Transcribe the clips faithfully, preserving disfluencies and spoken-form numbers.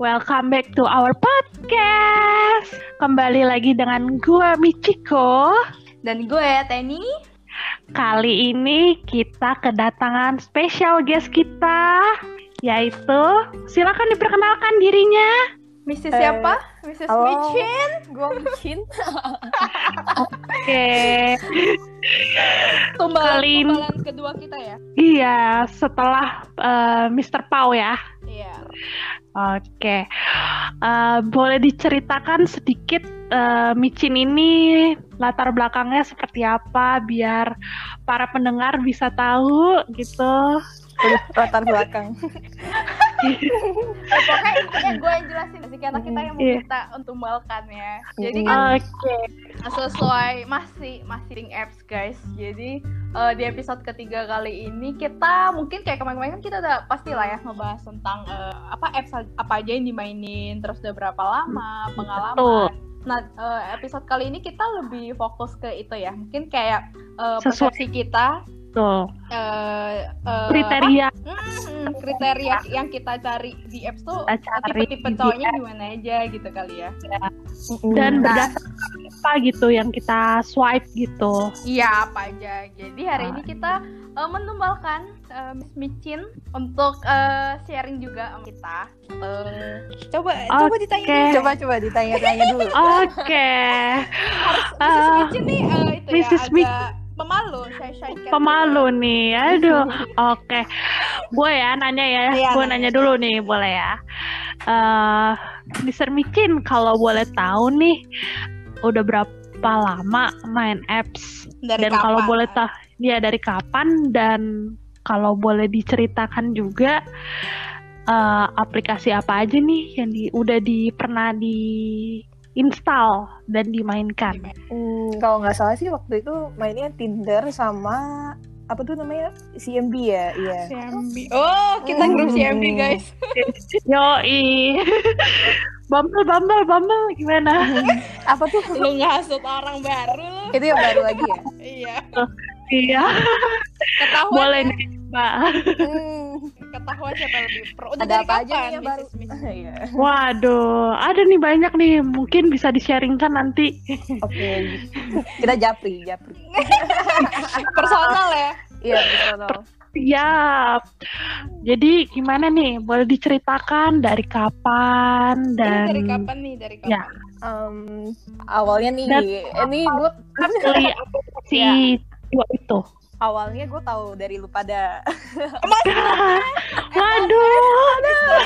welcome back to our podcast. Kembali lagi dengan gue Michiko dan gue Teni. Kali ini kita kedatangan special guest kita, yaitu silakan diperkenalkan dirinya. Missus siapa? Uh, Missus Halo. Micin. Gue Micin. Oke. Tumbalan, Kali ini- tumbalan kedua kita ya? Iya, setelah uh, mister Pau ya. Iya. Oke, uh, boleh diceritakan sedikit uh, Micin ini latar belakangnya seperti apa biar para pendengar bisa tahu gitu. Latar belakang. Ya, pokoknya intinya gue yang jelasin sih karena kita yang mau Iya. kita untumbalkan ya. Jadi Mm. kan Oke, sesuai masih masih link apps guys. Jadi uh, di episode ketiga kali ini kita mungkin kayak kemarin-kemarin kan kita udah pasti lah ya ngebahas tentang uh, apa apps apa aja yang dimainin, terus udah berapa lama, pengalaman. Betul. Nah, uh, episode kali ini kita lebih fokus ke itu ya. Mungkin kayak uh, Sesuai. persepsi kita, tuh uh, uh, kriteria. apa? Hmm, kriteria yang kita cari di apps tuh Kita cari tipe-tipe di cowoknya apps. gimana aja gitu kali ya. Dan Nah. berdasarkan apa gitu yang kita swipe gitu. Iya, apa aja. Jadi hari Ah. ini kita uh, menumbalkan uh, Miss Micin untuk uh, sharing juga sama kita. Uh, coba coba Oke. ditanya. Coba coba ditanya-tanya dulu. Oke. Missus Ah, Micin nih uh, itu Missus ya Mic- agak pemalu, shy shy cat. Pemalu nih, aduh. Oke, gue ya nanya ya, Iya, gue nanya. nanya dulu nih, boleh ya? Eh, mister Micin, kalau boleh tahu nih, udah berapa lama main apps? Dari Dan kalau kapan? boleh tahu, ya dari kapan? Dan kalau boleh diceritakan juga, eh, aplikasi apa aja nih yang di, udah di pernah di install dan dimainkan? Hmm, kalau nggak salah sih waktu itu mainnya Tinder sama apa tuh namanya C M B ya, iya. C M B. Oh, kita grup C M B Hmm. guys. Yoi. Bumble, Bumble, Bumble gimana? Apa tuh? Lu ngasut orang baru lu. Itu yang baru lagi ya. Iya. Iya, Ketahuan. boleh ya? nih, Mbak. Hmm, Ketahuan siapa lebih pro. Udah ada dari apa aja kapan, nih yang baru? Missus Micin? Iya. Waduh, ada nih banyak nih, mungkin bisa di-sharingkan nanti. Oke. Kita japri, japri. Personal ya. Iya, betul. Siap. Jadi gimana nih? Boleh diceritakan dari kapan Ini dan dari kapan nih? Dari kapan? Ya. Um, awalnya nih, Dan- ini gue beli aplikasi Ya. dua itu? awalnya gue tahu dari lu pada. Waduh,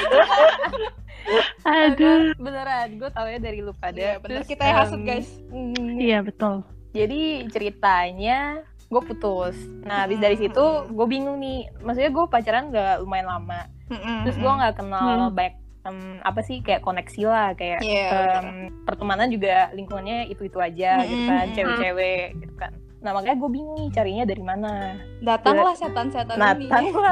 aduh. Beneran, gue tahu ya dari lu pada. Iya, bener. Terus, Kita yang hasut em, guys. mm, Iya betul. Jadi ceritanya gue putus. Nah, habis dari situ gue bingung nih. Maksudnya gue pacaran gak lumayan lama. Terus gue nggak kenal Hmm. baik em, apa sih kayak koneksi lah kayak Iya. em, pertemanan juga lingkungannya itu itu aja gitu kan, Mm-mm. cewek-cewek gitu kan. Nah makanya gue bingung nih carinya dari mana. Datanglah setan-setan ini. Nathan lah.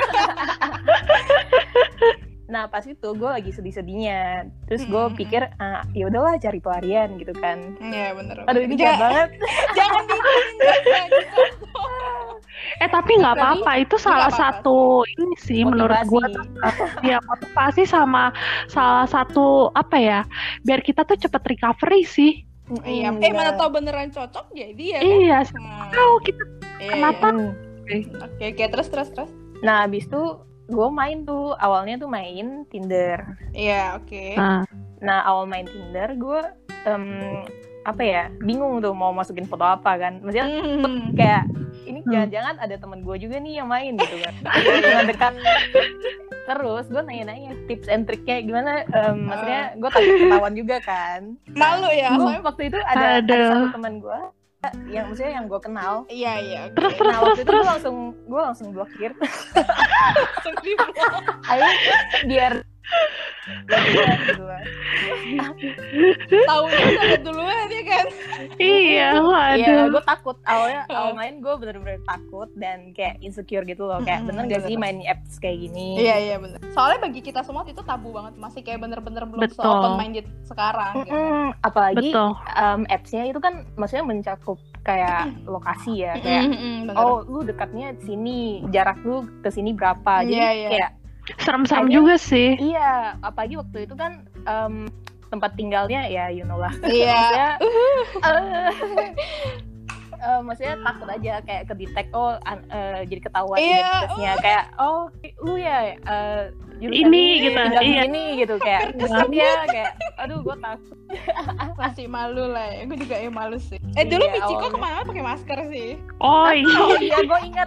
Nah pas itu gue lagi sedih-sedihnya. Terus gue Mm-mm. pikir ah, ya udahlah cari pelarian gitu kan. Iya bener. Aduh ini Ja- jahat banget. Jangan diikutin guys. Eh tapi nggak Tapi- apa-apa, itu salah apa-apa satu ini sih menurut gue. Motivasi. Ya motivasi sama salah satu apa ya, biar kita tuh cepet recovery sih. Iya. Mm, Eh mana bener. tau beneran cocok jadi ya. Iya, Kan? Hmm. tahu kita Iya, kenapa? iya. Oke oke terus terus terus. Nah abis itu gue main tuh awalnya tuh main Tinder. Iya oke. Nah, Nah awal main Tinder gue em, apa ya bingung tuh mau masukin foto apa kan. Maksudnya Hmm. kayak ini Hmm. jangan-jangan ada teman gue juga nih yang main gitu kan. Dengan dekat. Terus gue nanya-nanya tips and triknya gimana. Em, maksudnya gue takut ketahuan juga kan. Malu ya. Gue soalnya- waktu itu ada, ada Aduh. satu teman gue yang maksudnya yang gue kenal. Iya iya. oke. Terus, terus. Nah waktu itu gue langsung gue langsung blokir. Langsung di-block. Ayo biar duluan, duluan. Taunya udah ada duluan ya kan. iya, Iya, waduh. gue takut awalnya awal main gue bener-bener takut dan kayak insecure gitu loh kayak Mm-mm, bener gak sih bener. main apps kayak gini? Iya iya bener. Soalnya bagi kita semua itu tabu banget. Masih kayak bener-bener belum Betul. se-open minded sekarang. Gitu. Mm-mm, apalagi Betul. um, apps-nya itu kan maksudnya mencakup kayak lokasi ya kayak Mm-mm, bener. oh lu dekatnya sini jarak lu ke sini berapa jadi Iya, iya. kayak Serem-serem Ada- juga sih. Iya, apalagi waktu itu kan em, tempat tinggalnya ya you know lah. Iya. Maksudnya, eh, eh, maksudnya takut aja kayak ke detect oh an- eh, jadi ketahuan Iya. identitasnya kayak oh lu ya eh, jurusan Ini, gitu, tinggal di iya. sini gitu kayak kesel ya kayak aduh gue takut. Masih malu lah ya. Gue juga yang malu sih. Eh dulu Iya, Michiko awalnya. kemana pakai masker sih? Oh iya, Oh iya gue ingat.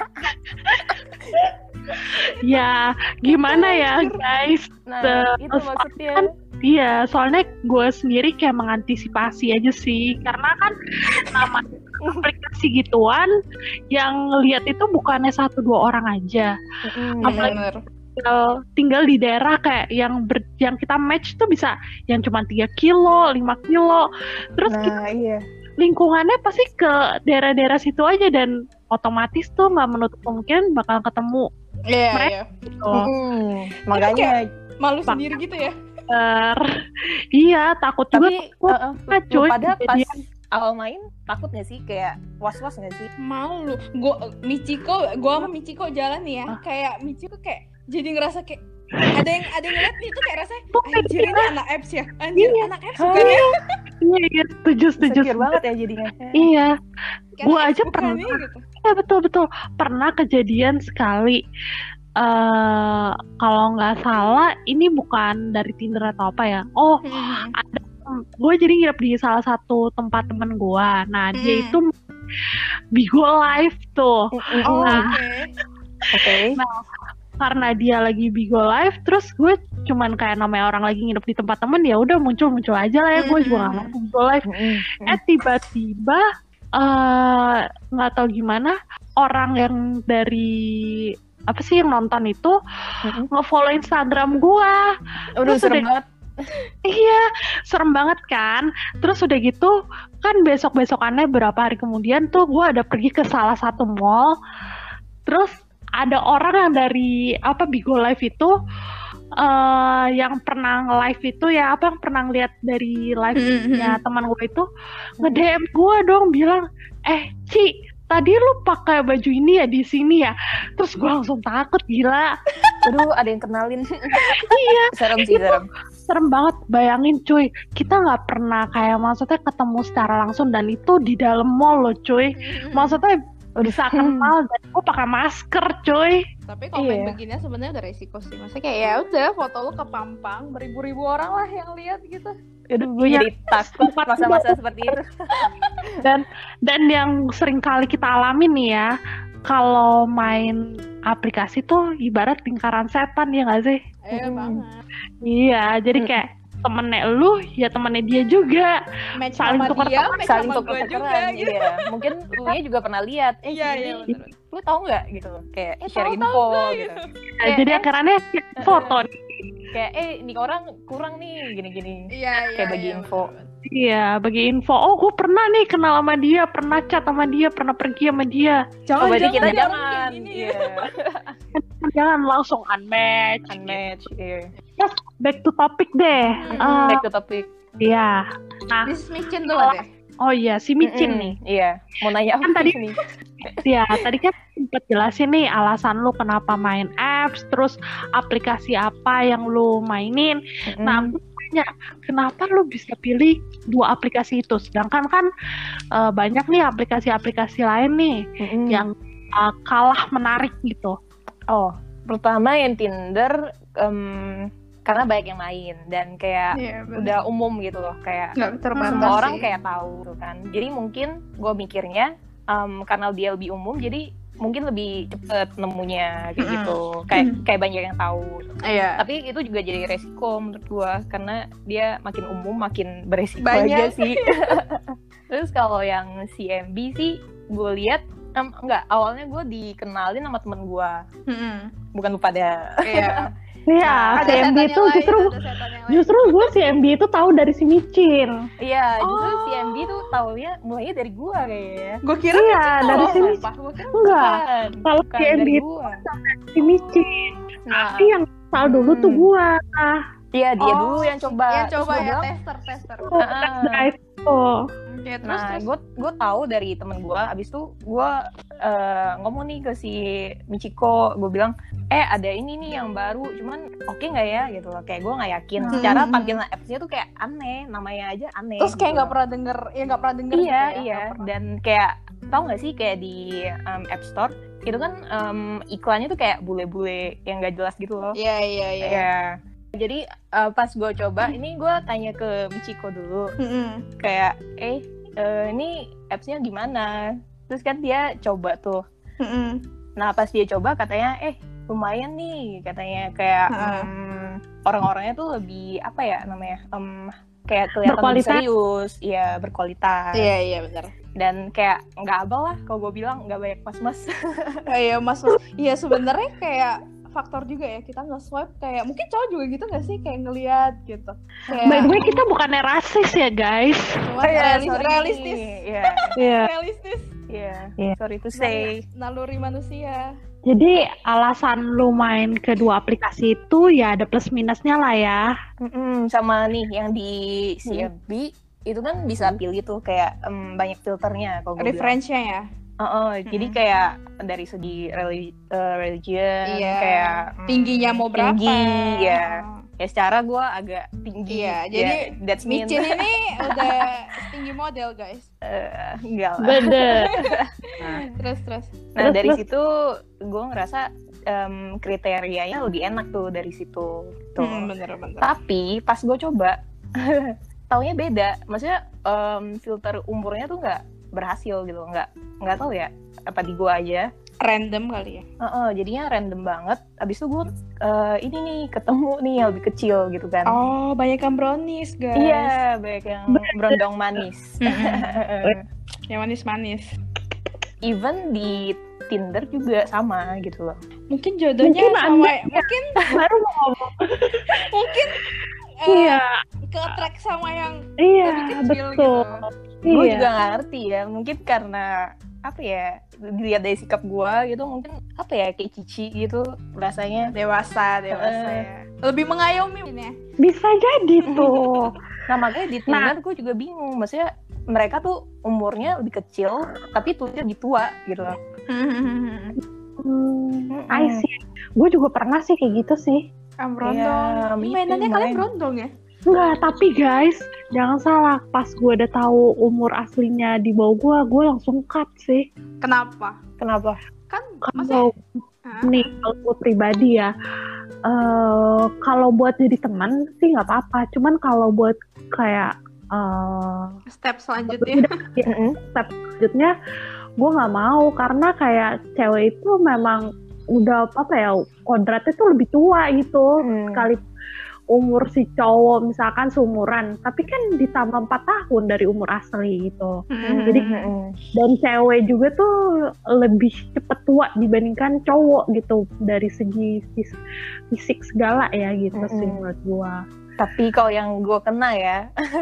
ya gimana ya guys? Nah Se- itu maksudnya. kan Iya, soalnya gue sendiri kayak mengantisipasi aja sih, karena kan nama aplikasi gituan yang lihat itu bukannya satu dua orang aja, Mm-mm. Apalagi- Bener. tinggal, tinggal di daerah kayak yang ber, yang kita match tuh bisa yang cuma tiga kilo, lima kilo, terus kita- Nah iya. lingkungannya pasti ke daerah-daerah situ aja dan otomatis tuh nggak menutup kemungkinan bakal ketemu. Iya, Mereka- iya. Gitu. Mm-mm. Makanya Malu Bak- sendiri gitu ya. Er, iya takut juga tapi tuh, uh, uh, ah, lu cuy, pada pas kejadian. awal main takut gak sih kayak was-was gak sih? Malu. Gua Michiko, gua sama Michiko jalan nih ya. Ah. Kayak Michiko kayak jadi ngerasa kayak ada yang ada yang ngeliat nih tuh kayak rasanya Tuh, anjir ini anak apps ya. Anjir Iya. anak apps bukan ya? Iya, iya, setuju, setuju. Insecure banget ya jadinya. Iya, Kayak Gua anak aja apps bukan pernah. nih, gitu. iya betul betul. Pernah kejadian sekali. eh kalau nggak salah, ini bukan dari Tinder atau apa ya? Oh, Hmm. gue jadi nginep di salah satu tempat temen gue. Nah, dia Hmm. itu Bigo Live tuh. Oh, Nah, oke. Oke. karena dia lagi Bigo Live, terus gue cuman kayak namanya orang lagi nginep di tempat temen, ya udah muncul-muncul aja lah ya. Gue juga nggak ngerti Bigo Live. Eh tiba-tiba eh nggak tahu gimana orang yang dari apa sih yang nonton itu nge-follow Instagram gua. Udah Terus serem udah- banget. Iya, serem banget kan. Terus udah gitu kan besok-besokannya berapa hari kemudian tuh gua ada pergi ke salah satu mall. Terus ada orang yang dari apa Bigo Live itu eh yang pernah nge-live itu ya apa yang pernah ngeliat dari live-nya teman gue itu nge-D M gue dong bilang, "Eh, Ci, tadi lu pakai baju ini ya di sini ya?" Terus gue langsung takut, gila. Aduh, ada yang kenalin. Iya, Serem sih, Itu- serem. serem banget. Bayangin cuy, kita nggak pernah kayak maksudnya ketemu secara langsung dan itu di dalam mall loh cuy. Maksudnya bisa kenal dan gue pakai masker cuy. Tapi kalau main Iya. beginian sebenarnya udah resiko sih. Maksudnya kayak ya udah foto lu kepampang, beribu-ribu orang lah yang lihat gitu. Aduh, gue Iya. jadi takut masa-masa seperti itu. Dan dan yang sering kali kita alami nih ya, kalau main aplikasi tuh ibarat lingkaran setan ya nggak sih? Eh Hmm. banget. Iya, jadi Hmm. kayak temennya lu ya temennya dia juga. Match Saling sama tukar dia, teman, match Saling sama gue juga tuker-tukeran gitu. iya. Mungkin lu nya juga pernah lihat. Eh, Iya, ini iya betul. lu tahu nggak gitu? Kayak Eh, share tahu, info tahu nggak, gitu. Nah, Eh, jadi eh. akhirnya foto. Kayak eh ini orang kurang nih gini-gini. Iya, iya. Kayak bagi iya, info. betul, betul. Iya, bagi info. Oh, gue pernah nih kenal sama dia, pernah chat sama dia, pernah pergi sama dia. Oh, berarti kita jangan jangan. kayak gini ya. Iya. Jangan langsung unmatch. Unmatch. Iya. Terus back to topic deh. Hmm, Eh, Back to topic. Iya. Nah, This is micin dulu deh. oh iya si Micin Mm-mm. nih. Iya. Mau nanya Kan apa tadi- nih? Ya, tadi kan sempat jelasin nih alasan lu kenapa main apps, terus aplikasi apa yang lu mainin. Nah, aku tanya, kenapa lu bisa pilih dua aplikasi itu? Sedangkan kan eh, banyak nih aplikasi-aplikasi lain nih Mm-mm. yang eh, kalah menarik gitu. Oh, pertama yang Tinder em, karena banyak yang main dan kayak Iya, bener. udah umum gitu loh, kayak nggak terbatas semua orang sih. kayak tahu gitu kan. Jadi mungkin gue mikirnya em, karena dia lebih umum, jadi mungkin lebih cepet nemunya kayak Mm-mm. gitu. Kayak Mm. kayak banyak yang tahu. Iya. Tapi itu juga jadi resiko menurut gue karena dia makin umum makin beresiko Banyak. aja sih. Terus kalau yang C M B sih gue lihat em, enggak, awalnya gue dikenalin sama temen gue, Mm-mm. bukan lu pada. Iya. Iya, Nah, C M B itu justru justru gue C M B itu tahu dari si Micin. Iya, justru Oh. C M B tuh taunya mulainya dari gua kayaknya. Gue kira Iya, Micin dari tahu. sini. Sumpah, gua kira Enggak, Bukan, kalau bukan C M B dari itu gua. si Micin. Nah, Tapi yang tahu dulu tuh Hmm. gue. iya dia Oh, dulu yang coba. Yang Terus coba gua ya bilang, tester tester. Oh, Ah. test drive tuh. Oke, terus Nah, terus. gue gue tahu dari temen gue. Abis itu gue eh, ngomong nih ke si Michiko, gue bilang, eh ada ini nih yang baru, cuman oke okay nggak ya gitu loh, kayak gue nggak yakin. Hmm. Secara tampilan apps-nya tuh kayak aneh, namanya aja aneh. Terus kayak gitu nggak loh. pernah denger, ya nggak pernah denger. Iya gitu ya, iya, nggak pernah. dan kayak tau nggak sih kayak di um, App Store itu kan um, iklannya tuh kayak bule-bule yang nggak jelas gitu loh. Iya iya iya. Iya. Jadi uh, pas gue coba, ini gue tanya ke Michiko dulu, Mm-mm. kayak eh uh, ini apps-nya gimana? Terus kan dia coba tuh. Mm-mm. Nah pas dia coba katanya eh lumayan nih katanya, kayak Heeh. um, orang-orangnya tuh lebih apa ya namanya, um, kayak kelihatan lebih Berkualitas. serius, ya berkualitas. Iya iya benar. Dan kayak nggak abal lah kalau gue bilang, nggak banyak mas-mas. Iya mas, mas. Iya sebenarnya kayak faktor juga ya, kita nge-swipe kayak mungkin cowok juga gitu nggak sih, kayak ngelihat gitu. Kayak By the way, kita bukannya rasis ya guys. cuman Oh, iya, realis- sorry. realistis. Iya, Iya. Realistis. iya. Iya. Sorry to say. Naluri manusia. Jadi alasan lu main kedua aplikasi itu ya ada plus minusnya lah ya. Mm-mm, sama nih yang di C F B itu kan bisa pilih tuh kayak em, banyak filternya kalau gue bilang. Referensinya ya. Oh, jadi Mm-mm. kayak dari segi reli- eh, religion, Iya. kayak mm, Tingginya mau berapa? tinggi, ya. Ya secara gue agak tinggi. Iya, ya, jadi that's mean. Micin ini udah tinggi model guys. Eh, enggak lah. Bener. Terus terus. Nah Terus, dari terus. situ gue ngerasa em, kriterianya lebih enak tuh dari situ. Tuh. Hmm, bener bener. Tapi pas gue coba, taunya beda. Maksudnya em, filter umurnya tuh nggak berhasil gitu, nggak nggak tahu ya apa di gue aja. Random kali ya. Heeh, jadinya random banget. Abis itu gue eh, ini nih ketemu nih yang lebih kecil gitu kan. Oh, banyak yang brownies guys. Iya, banyak yang berondong manis. Mm-mm. Yang manis-manis. Even di Tinder juga sama gitu loh. Mungkin jodohnya Mungkin sama Anda- mungkin Baru mau ngomong. mungkin eh, Iya, ke attract sama yang iya, lebih kecil betul. gitu. Gue Iya. juga nggak ngerti ya, mungkin karena apa ya, dilihat dari sikap gue gitu, mungkin apa ya, kayak cici gitu rasanya. Dewasa, dewasa Eh. ya. Lebih mengayomi mungkin ya. Bisa jadi tuh. Nah makanya di Nah. Tinder gue juga bingung, maksudnya mereka tuh umurnya lebih kecil tapi tulisnya lebih tua gitu loh. Hmm, I see. Gue juga pernah sih kayak gitu sih. Ah, brondong. Iya, Ini me mainannya too, kalian main. brondong ya? Enggak, tapi guys, jangan salah. Pas gue udah tahu umur aslinya di bawah gue, gue langsung cut sih. Kenapa? Kenapa? Kan maksudnya Kalau Hah? nih, kalau gue pribadi ya, eh kalau buat jadi teman sih nggak apa-apa. Cuman kalau buat kayak eh step selanjutnya. Mm-mm. step selanjutnya, gue nggak mau karena kayak cewek itu memang udah apa ya, kodratnya tuh lebih tua gitu. Hmm. Sekali umur si cowok misalkan seumuran, tapi kan ditambah empat tahun dari umur asli gitu. Mm-mm. Jadi Mm-mm. dan cewek juga tuh lebih cepet tua dibandingkan cowok gitu dari segi fis- fisik segala ya gitu Mm-mm. sih menurut gua. Tapi kalau yang gue kena ya,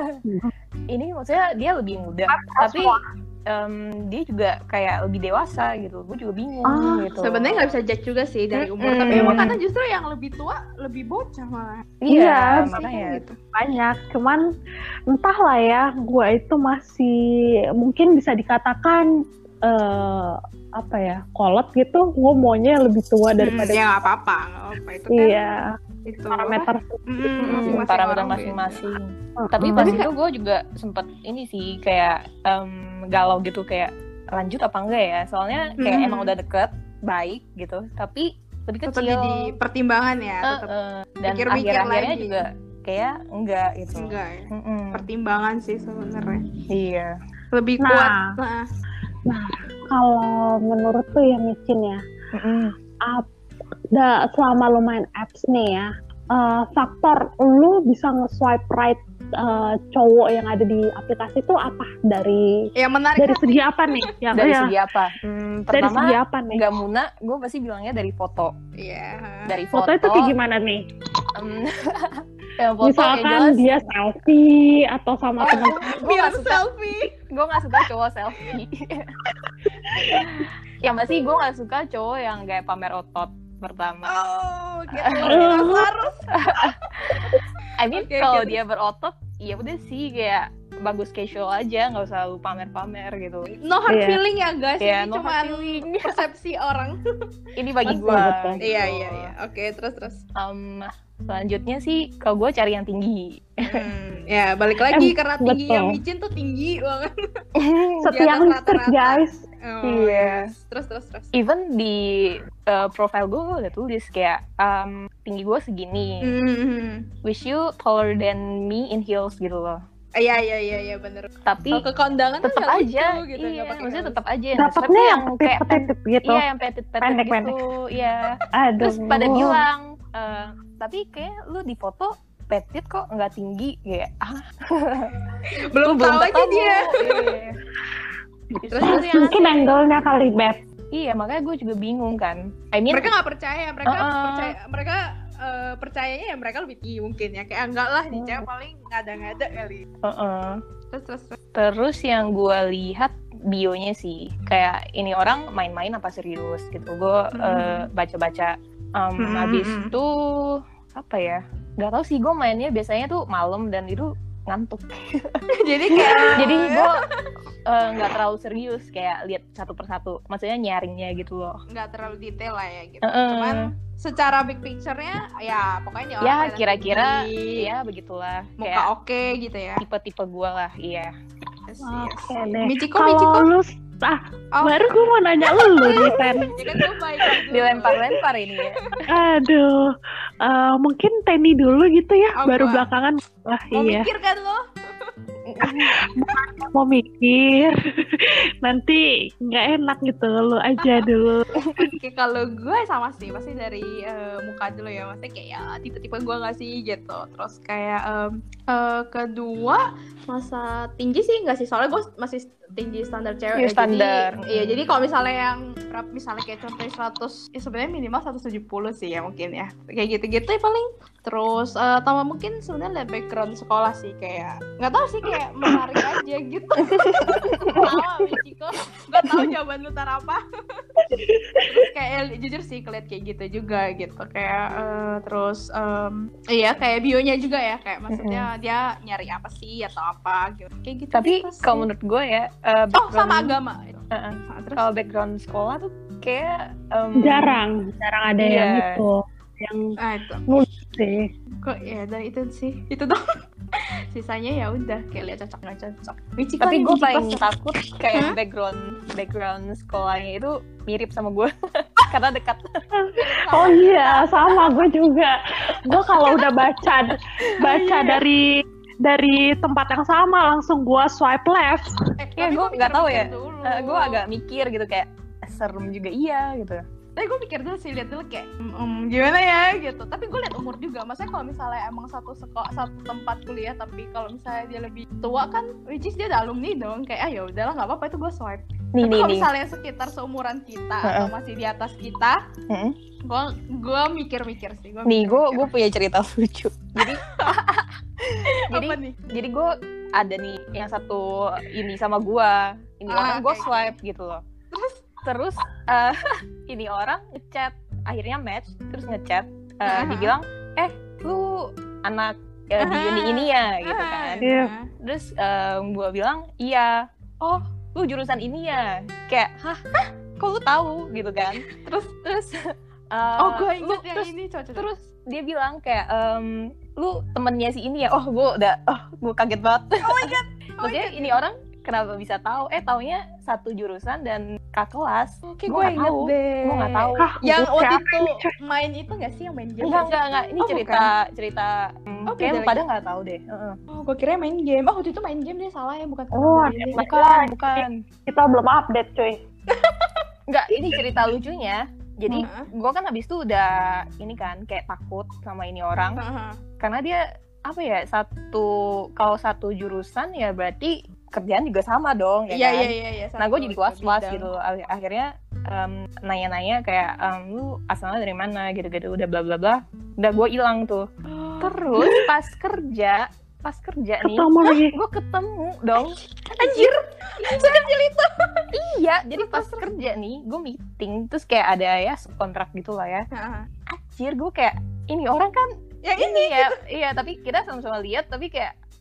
ini maksudnya dia lebih muda, tapi em, dia juga kayak lebih dewasa gitu. Gue juga bingung Ah, gitu. Sebenarnya nggak bisa judge juga sih dari umur, Mm-mm. tapi emang karena justru yang lebih tua lebih bocah malah. Iya, Iya, makanya. gitu. Banyak, cuman entahlah ya, gua itu masih mungkin bisa dikatakan eh, apa ya, kolot gitu. Gua maunya lebih tua daripada ya nggak apa-apa, nggak apa itu kan. iya Itu parameter. Mm-mm, Hmm, masing-masing parameter orang masing-masing. Hmm. Tapi pas Tapi itu gue juga sempet ini sih kayak em, galau gitu, kayak lanjut apa enggak ya? Soalnya kayak Hmm. emang udah deket, baik gitu, tapi lebih tetap kecil. jadi pertimbangan ya, Eh, tetap eh. Dan pikir-pikir akhir-akhirnya lagi. juga kayak enggak gitu. enggak ya. Mm-mm. Pertimbangan sih sebenarnya. Iya. Lebih Nah. kuat. Nah, Nah, kalau menurut tuh ya Micin ya, Mm-mm. da, selama lo main apps nih ya, eh, faktor lo bisa nge-swipe right eh, cowok yang ada di aplikasi itu apa? Dari yang menarik dari segi apa nih? Yang Dari ya, segi apa? Hmm, dari pertama, segi apa nih? nggak muna, gue pasti bilangnya dari foto. Iya. Dari foto. Foto itu kayak gimana nih? em, yang foto Misalkan yang jelas. dia selfie atau sama temen. Gue nggak Biar suka. selfie. Gue nggak suka cowok selfie. Yang pasti gue nggak suka cowok yang kayak pamer otot pertama. Oh, gitu. Harus. I mean Oke, kalau oke, dia berotot, ya udah sih kayak bagus casual aja, nggak usah lu pamer-pamer gitu. No hard Iya. feeling ya guys, Iya, ini no cuma hard feeling. persepsi orang. Ini bagi Betul, gue. betul. Iya iya iya. Oke, terus terus. Um, selanjutnya sih kalau gue cari yang tinggi. Hmm, ya balik lagi Em, karena tinggi betul. yang micin tuh tinggi banget. Setiang atas listrik rata-rata. guys. Oh, Iya. yes. Terus terus terus. Even di uh, profile gue gue udah tulis kayak um, tinggi gue segini. Hmm. Wish you taller than me in heels gitu loh. Iya iya iya iya bener. Tapi Kalau ke kondangan tetap kan nggak aja, lucu gitu, iya, nggak pakai maksudnya heels. tetap aja. Dapatnya yang kayak petit-petit gitu. Iya, yang petit-petit Pendek-pendek. gitu, iya. Aduh. Terus pada bilang, eh, tapi kayak lu di foto petit kok nggak tinggi, kayak ah, belum lu tahu aja ketemu. dia. Iya. Terus Terus yang Mungkin angle-nya kali, Beb. iya, makanya gue juga bingung kan. I mean, Mereka nggak percaya, mereka Uh-uh. percaya, mereka eh, percayanya ya mereka lebih tinggi mungkin ya. Kayak enggak lah, nih Hmm. cewek paling ngada-ngada kali. uh-uh. Terus terus terus. Terus yang gue lihat bionya sih, kayak ini orang main-main apa serius gitu. Gue Hmm. eh, baca-baca, um, Hmm, habis hmm. itu apa ya? Gak tau sih, gue mainnya biasanya tuh malam dan itu ngantuk. Jadi kayak Jadi gue eh, nggak terlalu serius kayak lihat satu persatu. Maksudnya nyaringnya gitu loh. nggak terlalu detail lah ya gitu. Uh-uh. Cuman secara big picture-nya ya pokoknya nih orang Ya kelihatan kira-kira, tinggi, ya begitulah. muka Kayak oke gitu ya. tipe-tipe gue lah, iya. Yes, yes. Oke deh. Michiko, Michiko. Kalau lu ah Oh, baru gue mau nanya lu nih, Ten. ya kan gue baik dulu. Dilempar-lempar ini ya. Aduh, eh, mungkin Tenny dulu gitu ya, Oh, baru gua. belakangan. Wah Mau iya, mikir kan lo? mau mikir. Nanti nggak enak gitu, lu aja dulu. Oke, kalau gue sama sih, pasti dari eh, muka dulu ya. Maksudnya kayak ya tipe-tipe gue nggak sih gitu. Terus kayak em, eh, kedua masa tinggi sih nggak sih, soalnya gue masih tinggi standar cewek. Iya, ya. standar. Jadi, iya, jadi kalau misalnya yang berapa, misalnya kayak contohnya seratus, ya sebenarnya minimal seratus tujuh puluh sih ya mungkin ya. Kayak gitu-gitu ya paling. Terus eh, tambah mungkin sebenarnya lihat background sekolah sih, kayak nggak tahu sih, kayak menarik aja gitu. Tawa Michiko, nggak tahu jawaban lu tar apa. Terus kayak jujur sih keliat kayak gitu juga gitu, kayak eh, terus em, iya kayak bionya juga ya, kayak maksudnya dia nyari apa sih atau apa gitu, kayak gitu. Tapi Terus kalau sih. menurut gue ya, uh, oh sama background- agama. Uh-uh. Nah, terus Kalau background sekolah tuh kayak um, Jarang, jarang ada Iya. yang gitu, yang ah itu sih. kok ya dari itu sih itu dong. Sisanya ya udah kayak lihat cocok nggak cocok. Michiko tapi nih, gue Michiko paling sama- takut kayak Hah? background background sekolahnya itu mirip sama gue karena dekat. Oh iya, sama gue juga. Gue kalau udah baca baca dari dari tempat yang sama langsung gue swipe left. Eh, Ya tapi gue gua nggak tahu ya. mikir-mikir dulu. Uh, gue agak mikir gitu kayak serem juga iya gitu. Tapi gue mikir dulu sih, lihat dulu kayak mm, mm, gimana ya gitu. Tapi gue lihat umur juga. Maksudnya kalau misalnya emang satu sekolah, satu tempat kuliah, tapi kalau misalnya dia lebih tua kan, which is dia ada alumni dong. Kayak ah ya udahlah nggak apa-apa, itu gue swipe. Nih Tapi nih kalau nih. misalnya sekitar seumuran kita Heeh. atau masih di atas kita, Mm-mm. gue gue mikir-mikir sih. Gua Nih gue mikir-mikir. gue punya cerita lucu. Jadi jadi apa nih? jadi gue ada nih yang satu ini sama gue. Ini Ah, orang gue oke. swipe gitu loh. Terus Terus eh, ini orang ngechat, akhirnya match, terus ngechat, eh, Aha. dibilang, eh lu anak eh, di Aha. uni ini ya gitu kan. Iya. Terus gue bilang iya, oh lu jurusan ini ya, kayak hah, hah? Kok lu tahu gitu kan. Terus terus eh, oh gue lu- inget yang terus, ini cocok. terus dia bilang kayak em, lu temennya si ini ya. Oh gue udah, oh gue kaget banget. Oh my god. Oh my Maksudnya God. ini orang kenapa bisa tahu? Eh taunya satu jurusan dan kak kelas. Oke, Gua gue nggak inget tahu. deh. Gue nggak tahu. Hah, Yang siapa waktu nih, itu coy? main itu nggak sih, yang main game? Enggak enggak enggak. Ini Oh, cerita cerita. Hmm, Oh, kayak beda lu pada lagi. nggak tahu deh. Heeh. Oh, gue kira main game. Oh, waktu itu main game dia salah ya, bukan. Oh, Bukan. ada- Bukan bukan. Kita belum update, cuy. Enggak. Ini cerita lucunya. Jadi Heeh. gue kan habis itu udah ini kan kayak takut sama ini orang Heeh. karena dia apa ya satu kalau satu jurusan ya berarti kerjaan juga sama dong ya Iya kan. iya iya iya. Nah gue satu jadi was-was bidang. gitu. Ak- Akhirnya em, nanya-nanya kayak em, lu asalnya dari mana gitu-gitu udah bla bla bla. Udah gue hilang tuh. Terus pas kerja, pas kerja nih, Ketemu lagi. gue ketemu dong. Anjir. Sekecil itu. Iya, jadi pas kerja nih, gue meeting terus kayak ada ya kontrak gitu lah ya. Heeh. Anjir, gue kayak ini orang kan Yang ini ya, iya tapi kita sama-sama lihat tapi kayak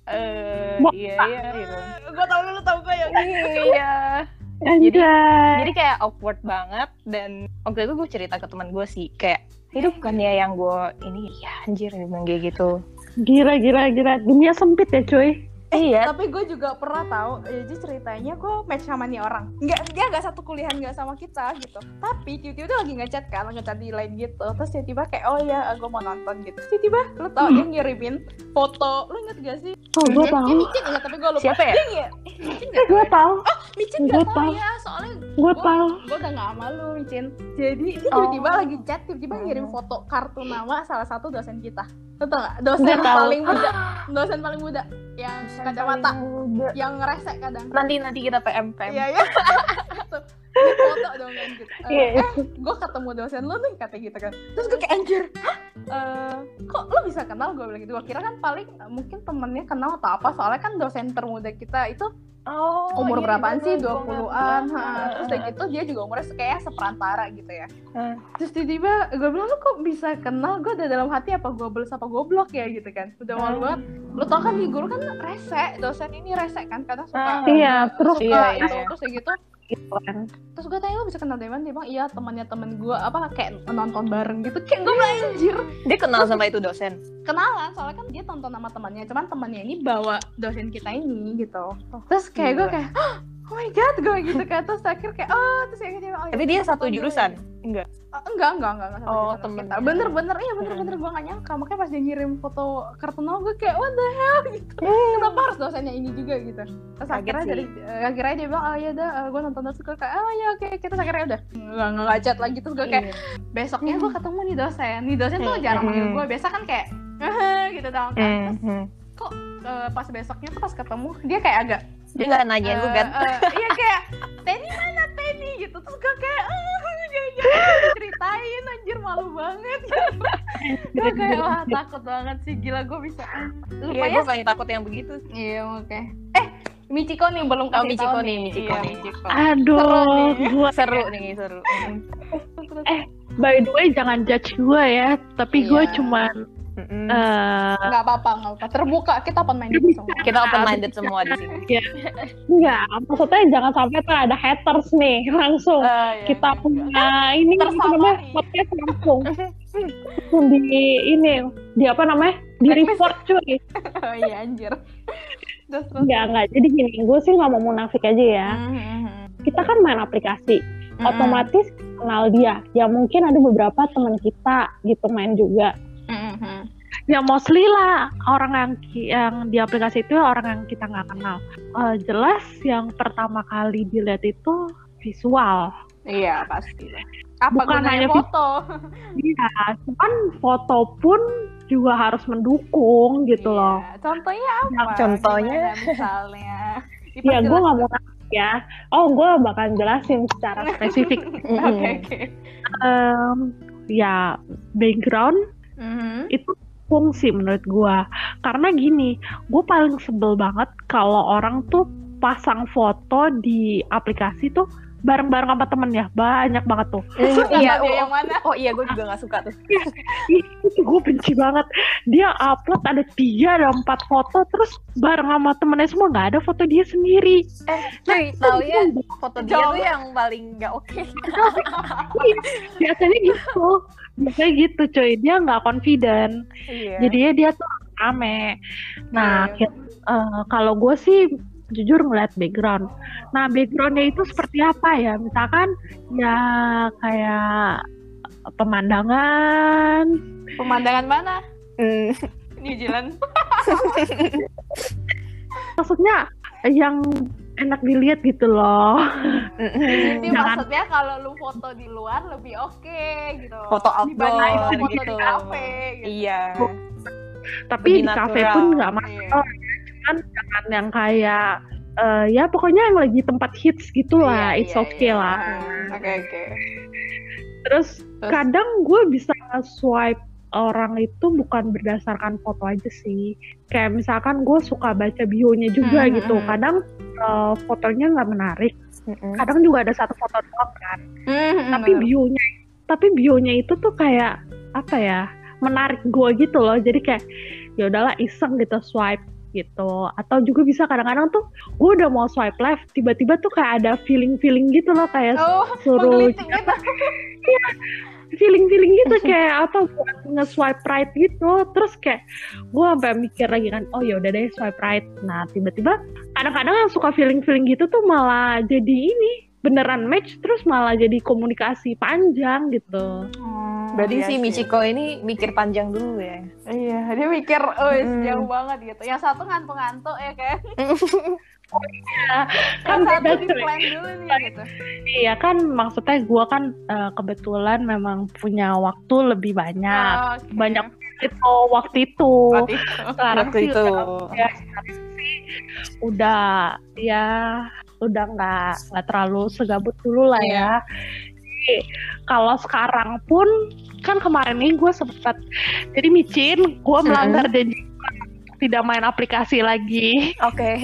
Eh, Wah. iya iya gitu. Gue tau lu tau gue yang Iya. Jadi Anjay. jadi kayak awkward banget, dan waktu itu gue cerita ke teman gue sih kayak itu bukan ya yang gue ini ya anjir dia bilang kayak gitu. Gila, gila, gila. Dunia sempit ya, cuy. Iya. Tapi gue juga pernah tahu, jadi ceritanya gue match sama nih orang. Nggak, dia nggak satu kuliah nggak sama kita gitu. Tapi tiba-tiba tuh lagi ngechat kan, ngechat di line gitu. Terus tiba-tiba kayak oh ya gue mau nonton gitu. Terus tiba-tiba lo tau dia ngirimin foto. Lo inget gak sih? Oh, gue Dia- tahu. Dia micin inget tapi gue lupa. Siapa ya? Dia ngi- eh, micin nggak Gue tau ya? tahu. Micin Gua nggak tahu tahu. ya, soalnya Gue Gua- tahu. gue udah gak sama lu micin. Jadi dia tiba-tiba Oh. lagi chat, tiba-tiba ngirim foto kartu nama salah satu dosen kita. Lo tau gak? Dosen Nggak tahu. paling muda. Dosen paling muda yang kacamata, yang ngeresek kadang. Nanti nanti kita P M P M. Iya ya. Tuh, dia foto dong kan gitu. Eh, Iya. eh gue ketemu dosen lu nih kata gitu kan. Terus gue kayak anjir. Hah? Eh, kok lu bisa kenal gue bilang gitu. Gue kira kan paling eh, mungkin temennya kenal atau apa. Soalnya kan dosen termuda kita itu Oh, umur iya, berapaan iya, sih? gua dua puluhan. nggak- Ha. Terus kayak gitu dia juga umurnya kayak seperantara gitu ya. Hmm. Terus tiba-tiba gue bilang lu kok bisa kenal? Gue udah dalam hati apa gue beles apa goblok ya gitu kan. Udah malu Hmm. banget. Lu tau kan di guru kan rese. Dosen ini rese kan kadang suka. Ah, iya, terus suka iya, iya, itu. iya. Terus kayak gitu. Gitu kan. Terus gue tanya lu bisa kenal dari mana? Dia bilang iya temannya temen gue apa kayak nonton bareng gitu. Kayak gue bilang anjir. Dia kenal sama itu dosen. Kenalan soalnya kan dia tonton sama temannya. Cuman temannya ini bawa dosen kita ini gitu. Terus kayak gue Gila. kayak oh my god gue gitu kan. Terus akhir kayak oh terus kayak gitu. Oh, Tapi ya, dia kita satu nonton dulu jurusan. ya. Enggak. Ah, enggak, enggak, enggak, enggak satu Oh, jurusan temennya. kita. Bener-bener, iya bener-bener gue gak nyangka. Makanya pas dia ngirim foto kartu nama gue kayak what the hell gitu. Kenapa harus dosennya ini juga gitu. Terus Kaget akhirnya sih. dari eh, akhirnya dia bilang oh ya udah gue nonton terus gue kayak oh ya oke kita akhirnya udah nggak nggak chat lagi. Terus gue kayak Iya. besoknya gue ketemu nih dosen. Nih dosen tuh Hmm, jarang hmm, manggil hmm. gue. Biasa kan kayak "Eh," gitu dong kan. Hmm, Terus hmm. kok eh, pas besoknya tuh pas ketemu dia kayak agak Dia nggak nanyain lu kan? Eh, eh, iya kayak Tenny mana Tenny gitu. Terus gue kayak eh jangan-jangan ceritain anjir malu banget gitu. Gue kayak wah takut banget sih gila gue bisa lupa Iya, ya. gue paling takut yang begitu. Iya oke. Eh Michiko nih belum Oh, kasih Michiko tahu nih, Michiko Iya, nih. Michiko. Aduh, nih. gue Seru nih, seru. Hmm. Eh, by the way jangan judge gue ya, tapi gue Iya. cuman Mm-mm. eh Nggak apa-apa nggak apa terbuka kita open minded semua. Kita open minded semua di sini. enggak, maksudnya jangan sampai tuh ada haters nih langsung. Eh, iya, Kita iya. punya ini apa Tersamai. namanya podcast langsung langsung di ini di apa namanya di report cuy. Oh iya anjir. Terus terus. Enggak enggak, jadi gini, gue sih nggak mau munafik aja ya. Mhm. Kita kan main aplikasi, Mhm. otomatis kenal dia. Ya mungkin ada beberapa teman kita gitu main juga. Mhm. Ya mostly lah orang yang ki- yang di aplikasi itu orang yang kita nggak kenal. Eh, jelas yang pertama kali dilihat itu visual. Iya pasti. Apa Bukan gunanya hanya foto? Iya, cuman foto pun juga harus mendukung gitu loh. Iya. Contohnya apa? Contohnya? Gimana misalnya. Ya Diperjelas. gue nggak mau nanya ya. Oh gue bakal jelasin secara spesifik. Oke oke. Em, ya background Mhm. itu fungsi menurut gue. Karena gini, gue paling sebel banget kalau orang tuh pasang foto di aplikasi tuh bareng-bareng sama temennya, banyak banget tuh. Iya, Dia oh, yang mana? oh iya, gue juga nggak suka tuh. Ih, itu gue benci banget. Dia upload ada tiga ada empat foto, terus bareng sama temennya semua, nggak ada foto dia sendiri. Eh, cuy, tau ya foto dia Jauh. tuh yang paling nggak oke. Biasanya gitu, biasanya gitu cuy. Dia nggak confident, Iya. jadinya dia tuh rame. Nah, Iya. kayak, eh, kalau gue sih jujur ngeliat background. Nah, backgroundnya itu seperti apa ya? Misalkan ya kayak pemandangan. Pemandangan mana? Hmm. New Zealand. Maksudnya yang enak dilihat gitu loh. Jadi Jangan- maksudnya kalau lu foto di luar lebih oke gitu. Foto Dibanding outdoor lu foto gitu. di kafe gitu. Iya. Tapi Lebih di kafe natural. pun nggak masalah. Iya. Cuman jangan yang kayak eh, ya pokoknya yang lagi tempat hits gitu lah. Iya, It's iya, okay iya. lah. Hmm, Oke oke. Terus Terus? kadang gue bisa swipe orang itu bukan berdasarkan foto aja sih. Kayak misalkan gue suka baca bio-nya juga Hmm, gitu. hmm. Kadang eh, fotonya nggak menarik. Mm-mm. Kadang juga ada satu foto doang kan. Hmm, Tapi bio-nya, tapi bio-nya itu tuh kayak apa ya? Menarik gue gitu loh. Jadi kayak ya udahlah iseng gitu swipe. gitu. Atau juga bisa kadang-kadang tuh gue udah mau swipe left, tiba-tiba tuh kayak ada feeling-feeling gitu loh, kayak Oh, suruh menggelitik gitu. Iya, feeling-feeling gitu kayak apa buat nge-swipe right gitu. Terus kayak gue sampai mikir lagi kan, oh ya udah deh swipe right. Nah tiba-tiba kadang-kadang yang suka feeling-feeling gitu tuh malah jadi ini beneran match, terus malah jadi komunikasi panjang gitu. Hmm, Berarti iya si sih. Michiko ini mikir panjang dulu ya. Iya, dia mikir, oh Hmm. jauh banget gitu. Yang satu ngantuk-ngantuk ya kan. Kan Yang satu beda, di cuy. plan dulu nih gitu. Iya kan, maksudnya gue kan uh, kebetulan memang punya waktu lebih banyak. Oh, oke. Banyak itu waktu itu. Waktu itu. Sekarang Waktu sih itu. udah, ya, sekarang sih udah ya udah nggak nggak terlalu segabut dulu lah ya. Jadi, kalau sekarang pun kan kemarin ini gue sempat jadi micin, gue melanggar janji gua untuk tidak main aplikasi lagi. Oke.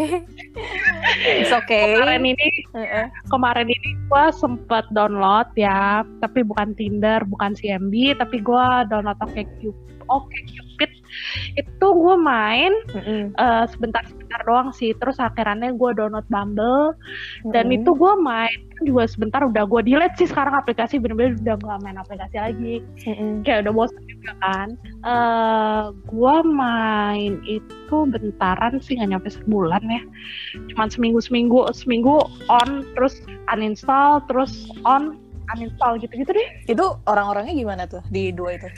It's okay. Kemarin ini Heeh. kemarin ini gue sempat download ya, tapi bukan Tinder, bukan C M B, tapi gue download OkCupid. OkCupid itu gue main Mm-mm. uh, sebentar-sebentar doang sih, terus akhirnya gue download Bumble dan Mm-mm. itu gue main juga sebentar, udah gue delete sih sekarang aplikasi, bener-bener udah gak main aplikasi lagi, Mm-mm. kayak udah bosan juga kan. Uh, gue main itu bentaran sih, nggak nyampe sebulan ya, cuman seminggu seminggu seminggu on terus uninstall terus on uninstall gitu-gitu deh. Itu orang-orangnya gimana tuh di dua itu?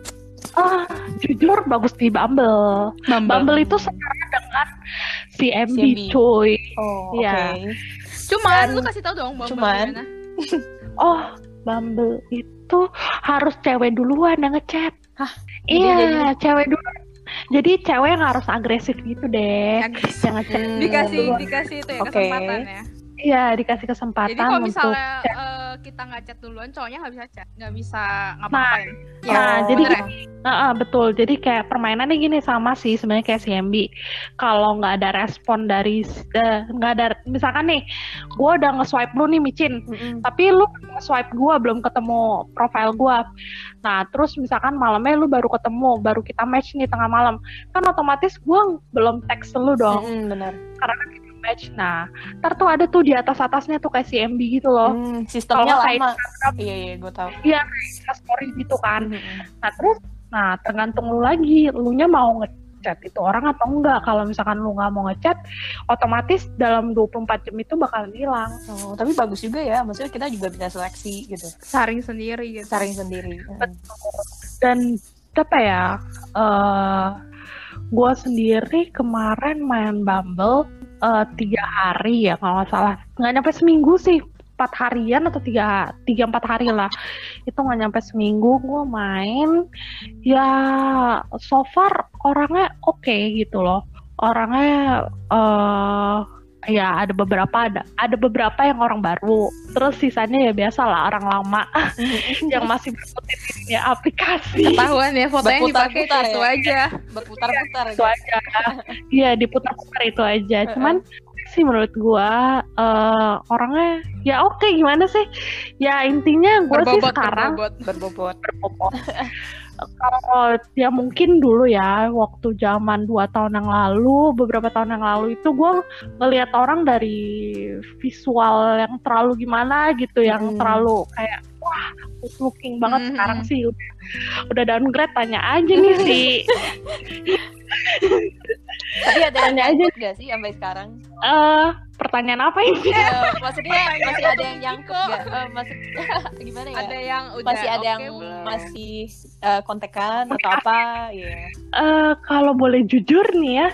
Ah, jujur bagus di Bumble. Bumble. Bumble itu setara dengan C M B, C M B. cuy. Oh, Iya. oke. Cuman Dan- lu kasih tahu dong Bumble cuman- gimana? Oh, Bumble itu harus cewek duluan yang ngechat. Hah? Iya, Jadi- cewek duluan. Jadi cewek yang harus agresif gitu deh. Agresif. Yang ngechat. Hmm. Dikasih duluan. dikasih itu ya Oke. kesempatan ya. Iya, dikasih kesempatan Jadi kalau untuk misalnya chat. eh, kita nggak chat duluan, cowoknya nggak bisa chat, nggak bisa ngapa-ngapain. Nah, Oh. jadi bener ya? Nah, ah, betul. Jadi kayak permainannya gini, sama sih sebenarnya kayak C M B. Kalau nggak ada respon dari eh, nggak ada, misalkan nih, gue udah nge-swipe lu nih micin, Mm-mm. tapi lu nge-swipe gue belum ketemu profile gue. Nah, terus misalkan malamnya lu baru ketemu, baru kita match nih tengah malam, kan otomatis gue belum text lu dong, Mm-mm, benar. karena kan kita match. Nah, ntar tuh ada tuh di atas atasnya tuh kayak C M B gitu loh. Hmm, sistemnya Kalau kayak lama. Instagram, Iya, iya, gue tahu. iya kayak story gitu kan. Mm-mm. Nah terus, nah tergantung lu lagi, lu nya mau ngechat itu orang atau enggak. Kalau misalkan lu nggak mau ngechat, otomatis dalam dua puluh empat jam itu bakalan hilang. Oh, tapi bagus juga ya. Maksudnya kita juga bisa seleksi gitu. Saring sendiri gitu. Saring sendiri. Mm. Dan apa ya, uh, gue sendiri kemarin main Bumble uh, tiga hari ya kalau nggak salah, nggak nyampe seminggu sih, empat harian atau tiga tiga empat hari lah, itu nggak nyampe seminggu gue main. Ya so far orangnya oke gitu loh, orangnya uh, ya ada beberapa ada ada beberapa yang orang baru, terus sisanya ya biasa lah orang lama yang masih berkutit di aplikasi. Ketahuan ya fotonya yang dipakai Berputar-putar itu ya. aja. Berputar-putar. Itu aja. Iya, diputar-putar itu aja. Cuman sih menurut gua eh, orangnya ya oke, gimana sih? Ya intinya gua sih Berbobot, sekarang berbobot. Berbobot. berbobot. Kalau ya mungkin dulu ya, waktu zaman dua tahun yang lalu, beberapa tahun yang lalu itu gue ngelihat orang dari visual yang terlalu gimana gitu, yang Hmm. terlalu kayak wah good looking banget. Hmm. Sekarang sih udah, udah downgrade, tanya aja nih sih. Tapi ada yang Tanya aja. nyangkut gak sih sampai sekarang? Eh pertanyaan apa ini? Eh, maksudnya masih ada yang nyangkut gak? Eh, maksud gimana ya? Ada yang udah Masih ada oke yang belum? masih eh, kontekan atau apa? Iya. Eh kalau boleh jujur nih ya,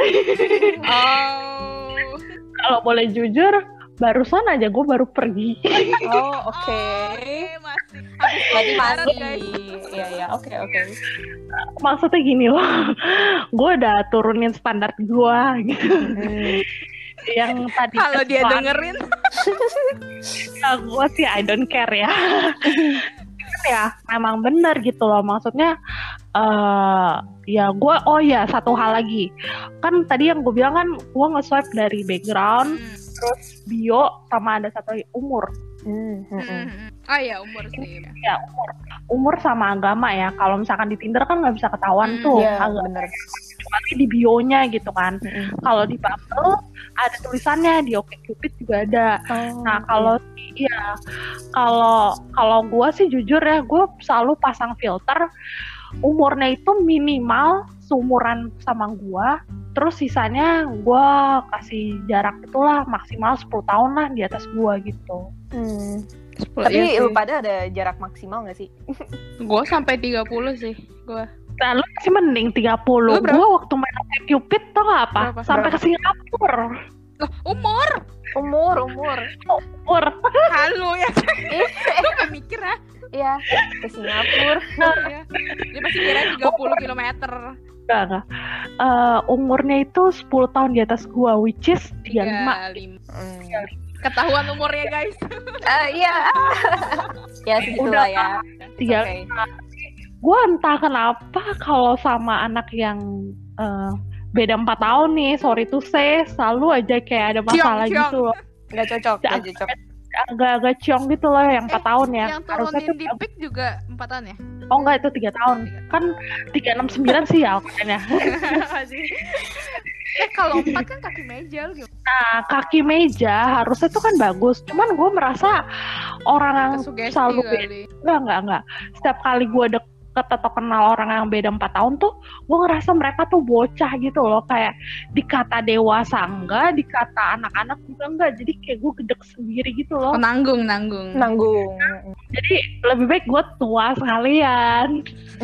Oh. kalau boleh jujur, barusan aja gue baru pergi. Oh, oke. Oh, oke, masih. Habis Berarti lebaran, masih. guys. Iya, iya. Oke, oke. Maksudnya gini loh, gue udah turunin standar gue gitu. Hmm. Yang tadi Kalau dia kesukaan, dengerin, ya gue sih I don't care ya. Kan ya memang bener gitu loh, maksudnya eh ya gue, oh ya satu hal lagi, kan tadi yang gue bilang kan gue nge-swipe dari background, hmm, terus bio, sama ada satu lagi umur. Hmm, hmm, hmm. Hmm. Ah ya umur sih. Ya umur, umur sama agama ya. Kalau misalkan di Tinder kan nggak bisa ketahuan Hmm, tuh, Iya, agak bener. kecuali di bionya gitu kan. Mm-mm. Kalau di Bumble ada tulisannya, di OkCupid juga ada. Oh, Nah kalau iya, kalau kalau gue sih jujur ya, gue selalu pasang filter umurnya itu minimal seumuran sama gue. Terus sisanya gue kasih jarak itulah maksimal sepuluh tahun lah di atas gue gitu. Hmm. sepuluh, Tapi iya lu sih. pada ada jarak maksimal gak sih? Gue sampai tiga puluh sih. Gue. Nah, lu masih mending tiga puluh. Lu berapa? Gue waktu main OkCupid tau gak apa? Berapa? Sampai Berapa? ke Singapura. Loh, umur. Umur, umur. Umur. Halo ya. Gue gak mikir ya. Iya, ke Singapura. Iya. Dia pasti kira tiga puluh kilometer. Enggak, enggak. Uh, umurnya itu sepuluh tahun di atas gue, which is tiga puluh lima. tiga puluh lima. Hmm. Ketahuan umurnya guys. Ah, iya. Ya segitulah ya. tiga Oke. Gue entah kenapa kalau sama anak yang uh, beda empat tahun nih, sorry to say, selalu aja kayak ada masalah Ciong, ciong. gitu loh. Nggak cocok, nggak cocok. Agak-agak ciong gitu loh yang empat Eh, tahun ya. Yang Harusnya turunin tuh, di pick juga empat tahun ya? oh enggak, itu tiga tahun. Kan tiga enam sembilan sih ya katanya. Eh kalau empat kan kaki meja lu gimana? Nah, kaki meja harusnya tuh kan bagus. Cuman gue merasa orang yang Kesugesti selalu beda. kali. Enggak, enggak, enggak. Setiap kali gue deket atau kenal orang yang beda empat tahun tuh, gue ngerasa mereka tuh bocah gitu loh. Kayak dikata dewasa enggak, dikata anak-anak juga enggak. Jadi kayak gue gedek sendiri gitu loh. Oh, nanggung, nanggung. Nanggung. Jadi lebih baik gue tua sekalian.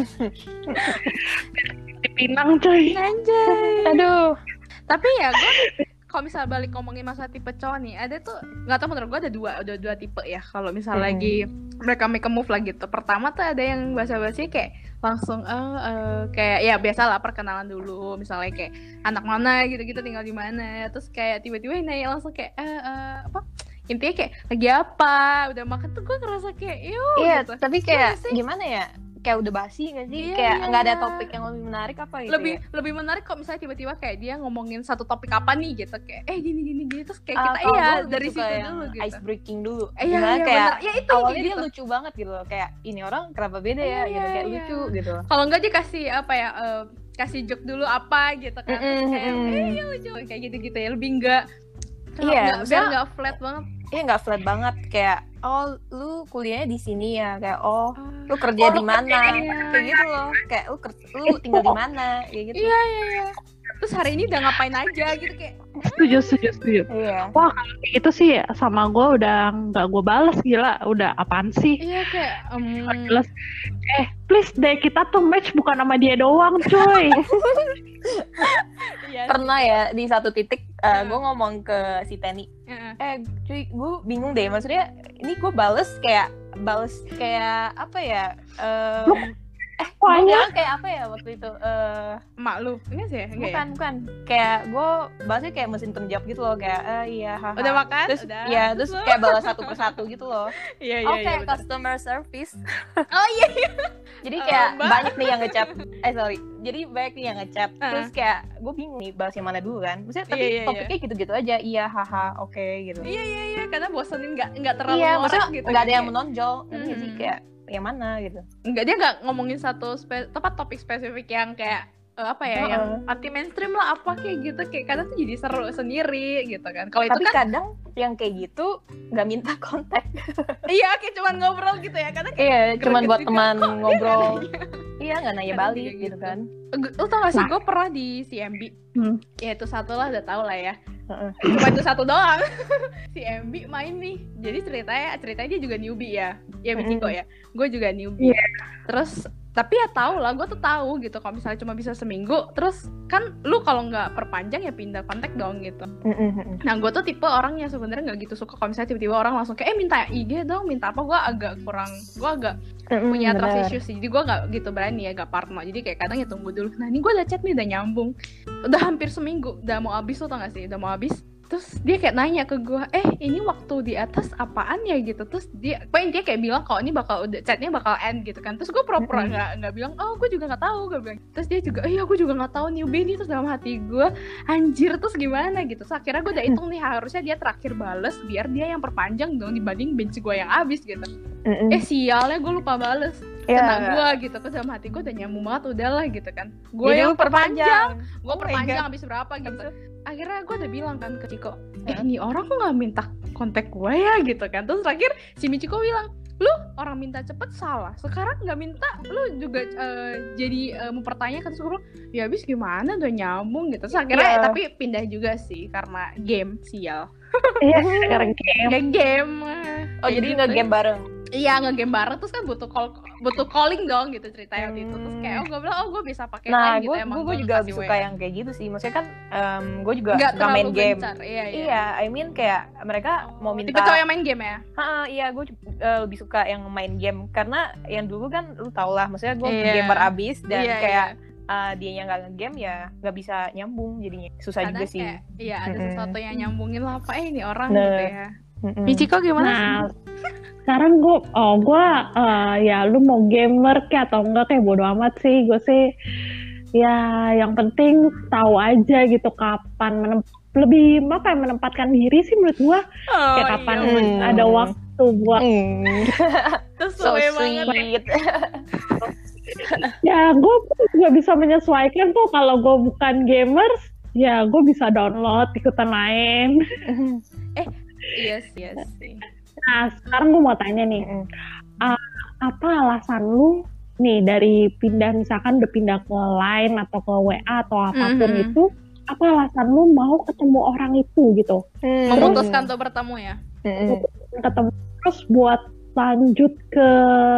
Dipinang cuy. Anjay. Aduh. Tapi ya gue kalau misal balik ngomongin masalah tipe cowok nih, ada tuh nggak tahu menurut gue ada dua, ada dua tipe ya. Kalau misal Hmm. lagi mereka make a move lah gitu. Pertama tuh ada yang basa-basi kayak langsung eh eh, kayak ya biasalah perkenalan dulu, misalnya kayak anak mana gitu-gitu, tinggal di mana. Terus kayak tiba-tiba nanya langsung kayak eh eh, apa? Intinya kayak lagi apa? Udah makan tuh gue ngerasa kayak yuk Iya, gitu. tapi Iya kayak sih? gimana ya? Kayak udah basi nggak sih? Iya, Kayak iya. nggak ada topik yang lebih menarik apa gitu? lebih ya? lebih menarik kalau misalnya tiba-tiba kayak dia ngomongin satu topik apa nih gitu, kayak eh gini gini gini, terus kayak Ah, kita kalau iya gua lebih dari suka situ yang dulu gitu. ice breaking dulu. Eh, iya, Gimana iya, kayak bener. Ya, itu awalnya kayak dia gitu. lucu banget gitu loh. Kayak ini orang kenapa beda ya? Iya, Gitu iya, kayak iya. lucu gitu. Kalau enggak dia kasih apa ya, eh, kasih joke dulu apa gitu kan, terus Mm-mm, kayak mm-mm. eh iya lucu kayak gitu-gitu ya, lebih enggak Iya, nggak- biar misalnya- nggak flat banget. Iya nggak flat banget. Kayak oh lu kuliahnya di sini ya. Kayak oh Ah, lu kerja Oh, di lu mana? kerja. Kayak gitu loh. Kayak lu ker- lu tinggal di mana? Kayak gitu. iya iya iya. Terus hari ini udah ngapain aja gitu kayak Setuju, setuju, setuju. Iya. Wah, kalau kayak gitu sih sama gue udah nggak gue balas, gila. Udah apaan sih? iya kayak em, Nggak jelas. Eh, please deh, kita tuh match bukan sama dia doang, coy. iya. Pernah ya di satu titik uh, Hmm. gue ngomong ke si Tenny, Heeh. eh cuy gue bingung deh, maksudnya ini gue bales kayak bales kayak apa ya, um, Lu- eh gue Wanya? bilang kayak apa ya waktu itu, eh Emak lu enggak sih ya? Enggak bukan bukan kayak gue balasnya kayak mesin penjawab gitu loh, kayak eh iya ya? haha. Udah makan? Terus Udah. ya terus lu? kayak balas satu persatu gitu loh. Iya iya Oh iya. kayak bener. customer service. Oh iya iya. Jadi Eh, kayak Mbak. banyak nih yang ngechat. Eh sorry. Jadi banyak nih yang ngechat. Uh. Terus kayak gue bingung nih balas yang mana dulu kan. Maksudnya tapi Iya, iya, iya. topiknya gitu-gitu aja. Iya haha oke gitu. Iya iya iya, karena bosenin nggak nggak terlalu Iya, norak maksudnya gitu. nggak ada kan, yang menonjol, ngerti nggak sih Hmm. kayak yang mana gitu. Enggak, dia nggak ngomongin satu spe- tempat topik spesifik yang kayak eh, apa ya, Heeh. yang anti mainstream lah apa kayak gitu, kayak kadang tuh jadi seru sendiri gitu kan. Kalau itu Tapi kan kadang yang kayak gitu nggak minta kontak. iya kayak cuman ngobrol gitu ya, kadang kayak Iya, cuman greget buat juga. teman Kok dia ngobrol. nggak nanya? Iya nggak nanya Kadang balik juga gitu gitu. kan. Eh, Lu tau gak sih, Nah. gue pernah di C M B. Hmm. Ya itu satu lah, udah tau lah ya. Heeh. Cuma itu satu doang. Si M B main nih. Jadi ceritanya ceritanya dia juga newbie ya. Ya Michiko ya. Gue juga newbie. Iya. Terus tapi ya tau lah, gue tuh tahu gitu kalau misalnya cuma bisa seminggu, terus kan lu kalau nggak perpanjang ya pindah kontak dong gitu. Mm-mm. Nah gue tuh tipe orang yang sebenarnya nggak gitu suka kalau misalnya tiba-tiba orang langsung kayak eh minta I G dong, minta apa, gue agak kurang, gue agak Mm-mm, punya trust bener. issues sih, jadi gue nggak gitu berani ya, gak parno, jadi kayak kadang ya tunggu dulu. Nah ini gue udah chat nih, udah nyambung, udah hampir seminggu, udah mau habis, lo tau gak sih, udah mau habis, Terus dia kayak nanya ke gue, eh ini waktu di atas apaan ya gitu. Terus dia, pokoknya dia kayak bilang kalau ini bakal udah chatnya bakal end gitu kan. Terus gue pura-pura nggak nggak bilang, oh gue juga nggak tahu, gue bilang. Terus dia juga, iya gue juga nggak tahu nih Benny. Terus dalam hati gue, anjir terus gimana gitu. Terus akhirnya gue udah hitung nih harusnya dia terakhir bales biar dia yang perpanjang dong dibanding bench gue yang habis gitu. Mm-mm. Eh sialnya gue lupa bales. Iya. Kena gue gitu. Terus dalam hati gue udah nyambung banget udahlah gitu kan. Gue Jadi yang lu perpanjang. gue Oh my perpanjang God. habis berapa gitu. Akhirnya gue udah bilang kan ke Ciko, eh ini orang kok gak minta kontak gue ya gitu kan. Terus terakhir si Michiko bilang, lu orang minta cepet salah, sekarang gak minta lu juga uh, jadi uh, mempertanyakan. Terus gue bilang, ya habis gimana udah nyambung gitu. Terus akhirnya Yeah. eh, tapi pindah juga sih karena game sial. Iya, sekarang game. Nge-game. Oh jadi nge-game bareng. Iya nge-game bareng terus kan butuh call, butuh calling dong gitu ceritanya waktu itu. Terus kayak oh gue bilang oh gue bisa pakai Nah, line gitu gue emang gue juga kasih suka W A. yang kayak gitu sih. Maksudnya kan um, gue juga Nggak suka main terlalu game. gencar. Iya, iya. Iya, I mean kayak mereka Oh, mau minta. tipe cowok yang main game ya? Ha, iya, gue uh, lebih suka yang main game karena yang dulu kan lu tau lah, maksudnya gue Iya. gamer abis dan Iya, kayak iya. uh, dianya nggak nge-game ya nggak bisa nyambung jadinya susah Kadang juga sih. kayak, iya ada Mm-mm. sesuatu yang nyambungin lah apa eh ini orang Nah. gitu ya. Mm-mm. Michiko gimana sih? Nah, sekarang gue, oh gue, uh, ya lu mau gamer kayak atau enggak kayak bodo amat sih. Gue sih, ya yang penting tahu aja gitu kapan menem- lebih apa ya menempatkan diri sih menurut gue. Oh, Kayak kapan iya. ada waktu buat, Mm. Terus So suwe banget. sweet. ya gue nggak bisa menyesuaikan tuh kalau gue bukan gamers, ya gue bisa download ikutan main. Iya sih, iya sih. Nah sekarang gue mau tanya nih. Mm-mm. Apa alasan lu nih dari pindah misalkan udah pindah ke Line atau ke W A atau apapun Mhm. itu, apa alasan lu mau ketemu orang itu gitu, Mm. Memutuskan untuk bertemu ya. Mm-mm. ketemu terus buat lanjut ke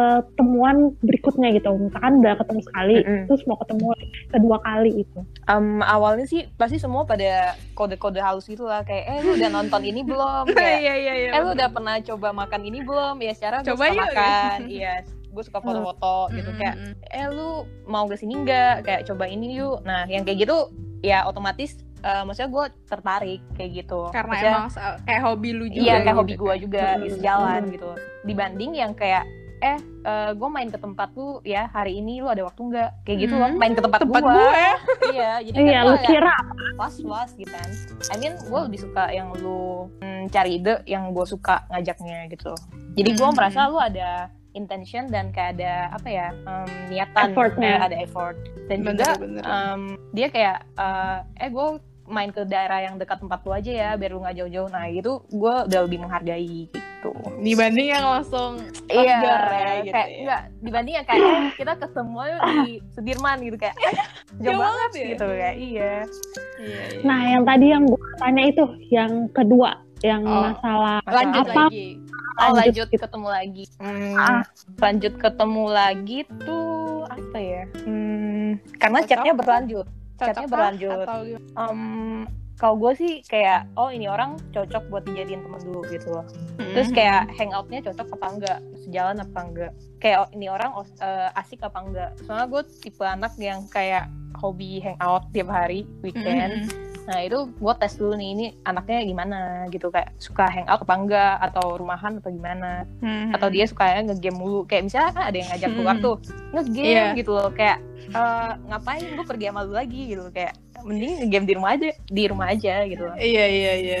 temuan berikutnya gitu, misalkan udah ketemu sekali Mm-mm. terus mau ketemu kedua kali itu. Um, awalnya sih pasti semua pada kode-kode halus gitu lah kayak eh lu udah nonton ini belum kayak Iya iya iya. eh lu udah pernah coba makan ini belum ya secara gue Coba suka yuk, makan iya gue suka foto-foto gitu kayak eh lu mau kesini nggak kayak coba ini yuk. Nah yang kayak gitu ya otomatis uh, maksudnya gue tertarik kayak gitu karena Maksudnya, emang se- kayak hobi lu juga. iya kayak gitu hobi gue kan. juga Hmm. di sejalan gitu dibanding yang kayak eh uh, gue main ke tempat lu ya hari ini lu ada waktu nggak kayak gitu loh Hmm, main ke tempat, tempat gue gue. iya jadi Iya, kan lu gua kira was-was gitu kan. I mean gue lebih suka yang lu mm, cari ide yang gue suka ngajaknya gitu. Jadi gue Hmm. merasa lu ada intention dan kayak ada apa ya um, niatan, Effortnya. kayak ada effort dan Bener, juga bener. um, dia kayak uh, eh gue main ke daerah yang dekat tempat lu aja ya biar lu nggak jauh-jauh. Nah gitu gue udah lebih menghargai gitu. Dibanding yang langsung Iya, Oscar ya gitu kayak ya. enggak dibanding yang kayak eh, kita ketemu yuk di Sudirman gitu kayak eh, jauh Jauh banget banget ya? gitu kayak iya. Iya, iya. nah yang tadi yang gue tanya itu yang kedua yang Oh. masalah lanjut apa lagi. Oh lanjut lanjut gitu. ketemu lagi. Hmm, Ah. Lanjut ketemu lagi tuh apa ya? Hmm, karena Cocok? chatnya berlanjut. Cocok Chatnya kah? berlanjut. Atau gimana? Um, kalau gue sih kayak oh ini orang cocok buat dijadiin teman dulu gitu loh. Terus kayak hangoutnya cocok apa enggak, sejalan apa enggak. Kayak oh, ini orang uh, asik apa enggak. Soalnya gue tipe anak yang kayak hobi hangout tiap hari weekend. Mm-mm. Nah itu gue tes dulu nih ini anaknya gimana gitu kayak suka hangout apa enggak atau rumahan atau gimana Mm-mm. atau dia sukanya ngegame mulu kayak misalnya kan ada yang ngajak keluar Hmm. tuh ngegame Iya. gitu loh kayak eh, ngapain gue pergi sama lu lagi gitu kayak mending ngegame di rumah aja di rumah aja gitu loh. Iya iya iya.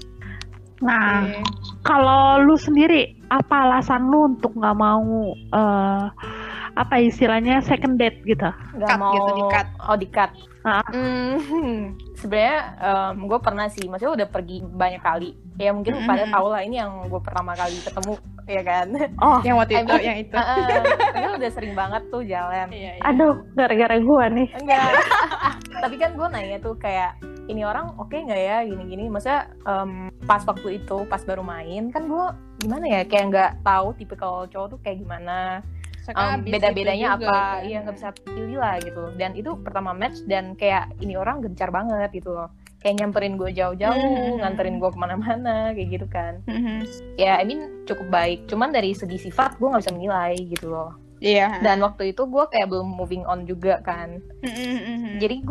nah Oke. kalau lu sendiri apa alasan lu untuk nggak mau eh, apa istilahnya second date gitu? Nggak Cut mau gitu, di-cut. oh di cut. Ah. Hmm, sebenarnya gue pernah sih maksudnya udah pergi banyak kali ya mungkin Mm-mm. pada tau lah ini yang gue pertama kali ketemu ya kan. Oh, Yang waktu I itu, mean, yang itu. Heeh, udah sering banget tuh jalan. Iya, iya. aduh, gara-gara gua nih. Enggak. Tapi kan gue nanya tuh kayak ini orang oke nggak ya gini-gini. Maksudnya em, pas waktu itu pas baru main kan gue gimana ya kayak nggak tahu tipikal cowok tuh kayak gimana. Sekarang Um, habis beda-bedanya itu juga, apa? kan. Iya nggak bisa pilih lah gitu. Dan itu pertama match dan kayak ini orang gencar banget gitu loh. Kayak nyamperin gue jauh-jauh, Hmm. nganterin gue kemana-mana kayak gitu kan. Mhm. Ya, I mean cukup baik. Cuman dari segi sifat gue nggak bisa menilai gitu loh. Iya. Dan waktu itu gue kayak belum moving on juga kan. Mhm, mhm. Jadi gue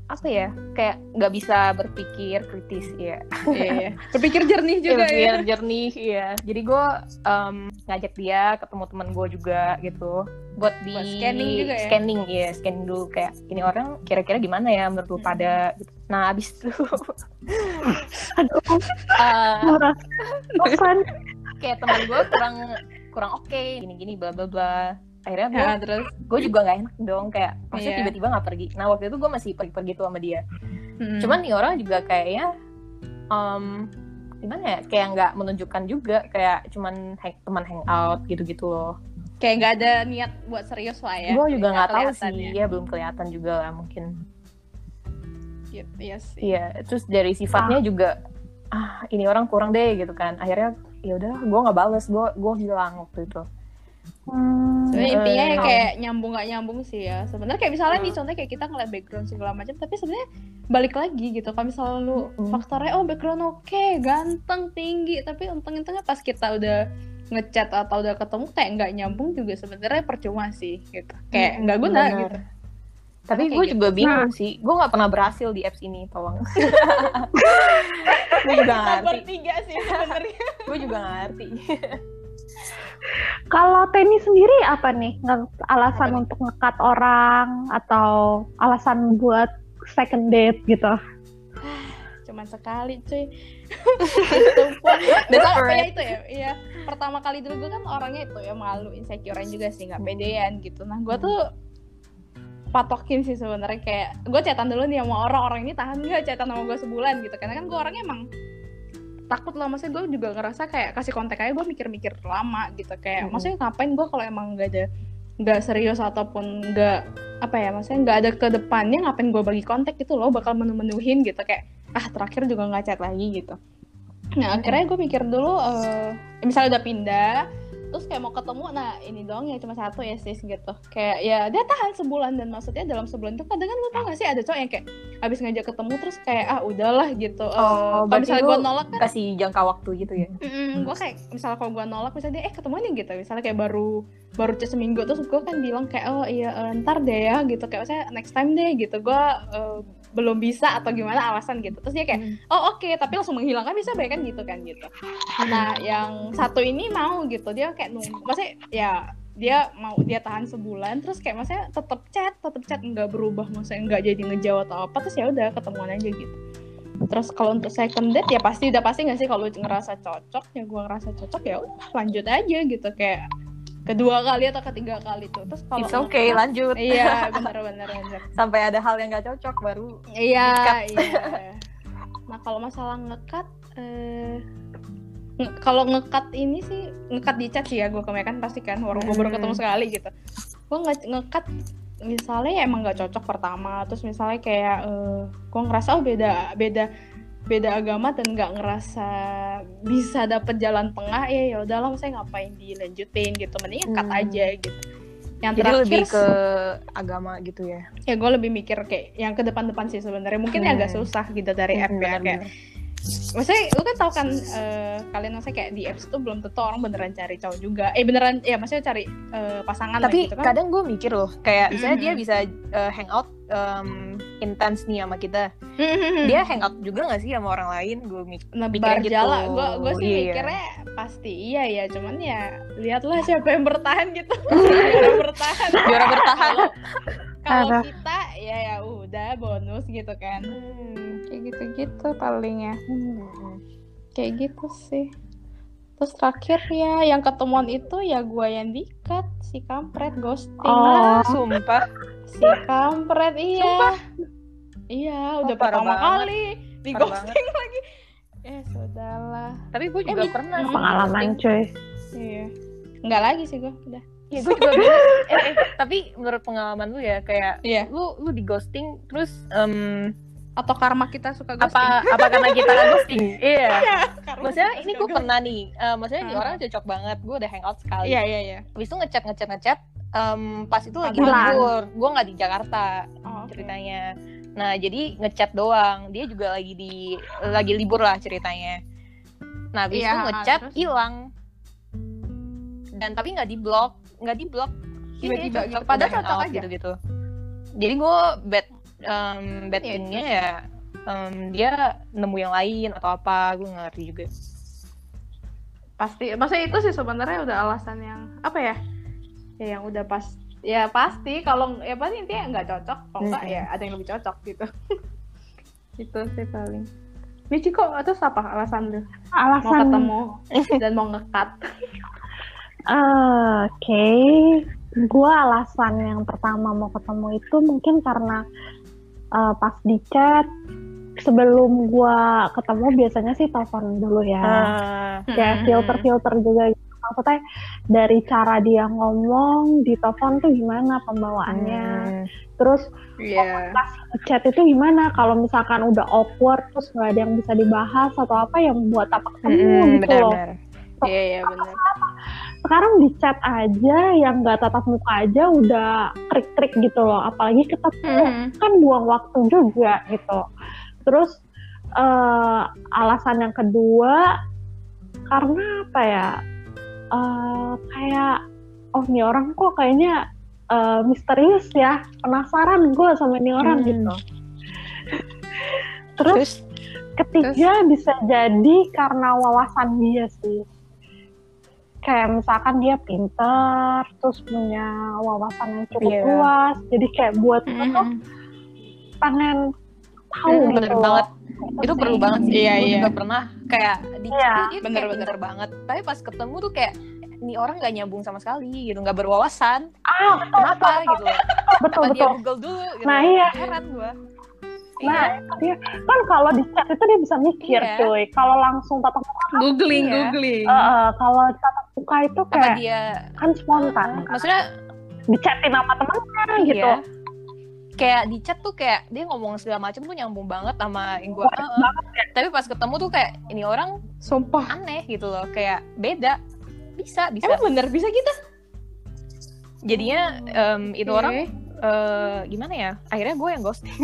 apa ya, kayak nggak bisa berpikir kritis ya. Iya, berpikir jernih juga berpikir ya. jernih ya. Jadi gue um, ngajak dia ketemu teman gue juga gitu, buat di Buat scanning juga ya? Scanning ya, scanning dulu kayak ini orang kira-kira gimana ya menurut lu pada. Gitu. Nah abis itu, Aduh, uh, murah. Bukan. kayak teman gue kurang kurang oke, okay, gini-gini bla bla bla. Akhirnya gue Ya, terus gue juga nggak enak dong, kayak maksudnya Iya. tiba-tiba nggak pergi. Nah waktu itu gue masih pergi-pergi tuh sama dia. hmm. Cuman nih orang juga kayaknya um, gimana ya, kayak nggak menunjukkan juga, kayak cuman hang, teman hangout gitu-gitu loh. kayak nggak ada niat buat serius lah ya. Gue juga nggak tahu kelihatan sih, ya. ya belum kelihatan juga lah mungkin. Gitu, iya sih. Iya, terus dari sifatnya juga ah ini orang kurang deh gitu kan. Akhirnya ya udah, gue nggak bales, gue gue hilang waktu itu. Hmm. Sebenarnya intinya ya Eh, kayak nyambung nggak nyambung sih ya. Sebenarnya kayak misalnya nih contohnya kayak kita ngeliat background segala macam, tapi sebenarnya balik lagi gitu. Kalau misalnya lu Mm. faktornya oh background oke, ganteng, tinggi, tapi untung-untungnya pas kita udah ngechat atau udah ketemu kayak nggak nyambung juga sebenarnya percuma sih gitu. Kayak nggak guna bener. gitu. Tapi Kayak gue gitu. juga bingung sih, gue nggak pernah berhasil di apps ini, tolong. Gue juga nggak ngerti, Bertiga sih sebenarnya. gue juga nggak ngerti. Kalau Tenny sendiri apa nih? Nge- alasan Apa nih? untuk ngekat orang atau alasan buat second date gitu? Cuman sekali cuy. Itu pun dan sama Desperate. ya itu ya iya pertama kali dulu gue kan orangnya itu ya malu, insecurean juga sih, nggak pedean gitu. Nah gue tuh patokin sih sebenarnya, kayak gue chatan dulu nih sama orang, orang ini tahan nggak chatan sama gue sebulan gitu, karena kan gue orangnya emang takut lah, maksudnya gue juga ngerasa kayak kasih kontak aja gue mikir-mikir lama gitu, kayak Mm-hmm. maksudnya ngapain gue kalau emang nggak ada nggak serius ataupun nggak apa ya, maksudnya nggak ada ke depannya, ngapain gue bagi kontak gitu loh, bakal menu-menuhin gitu, kayak ah terakhir juga nggak chat lagi gitu. Nah akhirnya gue mikir dulu uh, misalnya udah pindah terus kayak mau ketemu, nah ini doang ya cuma satu ya sis gitu, kayak ya dia tahan sebulan, dan maksudnya dalam sebulan itu kadang kan lu tau gak sih ada cowok yang kayak abis ngajak ketemu terus kayak ah udahlah gitu. Uh, Oh, kalau berarti misalnya lu gue nolak kan kasih jangka waktu gitu ya? gue kayak misalnya kalau gue nolak misalnya dia eh ketemu nih gitu, misalnya kayak baru baru chat seminggu terus gue kan bilang kayak oh iya uh, ntar deh ya gitu, kayak saya next time deh gitu, gue uh, belum bisa atau gimana alasan gitu, terus dia kayak oh oke okay, tapi langsung menghilang kan bisa baik kan gitu kan gitu. Nah yang satu ini mau gitu, dia kayak nunggu, maksudnya ya dia mau dia tahan sebulan terus kayak maksudnya tetap chat tetap chat nggak berubah, maksudnya nggak jadi ngejawab atau apa, terus ya udah ketemuan aja gitu. Terus kalau untuk second date ya pasti udah pasti nggak sih, kalau ngerasa cocok ya gue ngerasa cocok ya udah lanjut aja gitu, kayak kedua kali atau ketiga kali tuh. Terus kalau It's okay, lanjut. iya benar-benar benar. Sampai ada hal yang gak cocok baru. Iya, Nge-cut. iya. Nah, kalau masalah ngekat eh nge- kalau ngekat ini sih ngekat di chat sih ya, gue kemarin kan pasti kan baru gue baru Hmm. ketemu sekali gitu. Gue nge- ngekat misalnya ya emang nggak cocok pertama, terus misalnya kayak eh gue ngerasa oh beda beda beda agama dan nggak ngerasa bisa dapet jalan tengah, ya ya udahlah saya ngapain dilanjutin gitu, mending cut Hmm. aja gitu. Yang Jadi terakhir lebih ke agama gitu ya? ya gue lebih mikir kayak yang ke depan-depan sih sebenarnya, mungkin Hmm. agak susah gitu dari app ya, kayak maksudnya lu kan tahu kan eh, kalian maksudnya kayak di apps itu belum tentu orang beneran cari cowok juga, eh beneran ya maksudnya cari eh, pasangan lah Tapi gitu kan. kadang gue mikir loh, kayak misalnya dia Mhm. bisa uh, hangout um, intens nih sama kita, Hmm. dia hangout juga gak sih sama orang lain? Gue mikir nebar gitu. jala, gue gue sih Iya. mikirnya pasti iya ya, cuman ya lihatlah siapa yang bertahan gitu. Siapa yang bertahan. Juara bertahan. Kalau- Kalau Aduh. kita ya ya udah bonus gitu kan. Hmm. Kayak gitu-gitu palingnya. Hmm. Kayak gitu sih. Terus terakhir ya yang ketemuan itu ya gue yang di-cut, si kampret ghosting. Oh. Sumpah. Si kampret iya. Sumpah? Iya, Oh, udah parah pertama banget. kali di Parah ghosting lagi. Eh, sudahlah. Tapi gue juga Eh, pernah sih Pengalaman ghosting. cuy. Iya. Enggak lagi sih gue, udah. Iya, gue juga bingung. eh, eh, tapi menurut pengalaman lu ya, kayak Iya. lu lu di ghosting terus em, Atau karma kita suka ghosting. apa apa karena kita nggak ghosting? Iya. Karma Maksudnya kita ini suka gue ghosting. pernah nih, eh, maksudnya ini Ah. orang cocok banget, gue udah hangout sekali. Iya, iya, iya. Habis itu ngechat ngechat ngechat, em, pas itu lagi Hilang. libur, gue nggak di Jakarta Oh, oke. ceritanya. Nah jadi ngechat doang, dia juga lagi di lagi libur lah ceritanya. Nah habis Iya, itu ngechat terus? hilang, dan tapi nggak di blok, nggak di blok. Tiba-tiba gitu. Padahal cocok aja. gitu gitu. Jadi gue bad um, bad thing-nya ya um, dia nemu yang lain atau apa, gue nggak ngerti juga. Pasti, maksudnya itu sih sebenarnya udah alasan yang apa ya? Ya yang udah pas, ya pasti kalau ya pasti intinya nggak cocok, kalau nggak Mm-mm. ya ada yang lebih cocok gitu. Itu sih paling. Michi kok terus apa alasan lu mau Alasan ketemu dan mau nge-cut? Eh, Oke, gue alasan yang pertama mau ketemu itu mungkin karena eh, pas di chat sebelum gue ketemu biasanya sih telepon dulu ya, Ah, kayak filter-filter juga gitu. Maksudnya dari cara dia ngomong di telepon tuh gimana pembawaannya, hmm. terus Iya. pas chat itu gimana kalau misalkan udah awkward terus nggak ada yang bisa dibahas atau apa yang buat apa ketemu Mm-mm, gitu loh. benar-benar. Iya, iya benar. Sekarang di chat aja yang nggak tatap muka aja udah krik-krik gitu loh, apalagi ketemu kan buang waktu juga gitu. Terus eh, alasan yang kedua karena apa ya, eh, kayak oh ini orang kok kayaknya eh, misterius ya, penasaran gue sama ini orang Hmm. gitu. Terus Terus ketiga bisa jadi karena wawasan dia sih. Kayak misalkan dia pintar, terus punya wawasan yang cukup Iya. luas, jadi kayak buat gue tuh pengen tahu Hmm, gitu bener loh. banget. Itu sih. perlu banget sih. Iya, Gue iya. juga pernah kayak di Iya, chat tuh dia bener, kayak bener. pinter banget. Tapi pas ketemu tuh kayak ini orang nggak nyambung sama sekali gitu, nggak berwawasan. Ah, betul, Kenapa betul, gitu loh? betul, Apa dia betul. Google dulu gitu? Nah, iya. Heran gue. Nah, dia kan kalau di chat itu dia bisa mikir, Iya. cuy. Kalau langsung tatap muka, Googling, Iya. googling. eh, eh, kalau tatap muka itu Apa kayak dia? kan spontan. Maksudnya Dichatin sama temennya gitu. iya. Kayak di chat tuh kayak dia ngomong segala macam tuh nyambung banget sama yang gue. Tapi pas ketemu tuh kayak ini orang Sumpah. aneh gitu loh, kayak beda. Bisa, bisa. Emang bener bisa gitu? Jadinya em, itu Oke. orang eh, gimana ya? Akhirnya gue yang ghosting.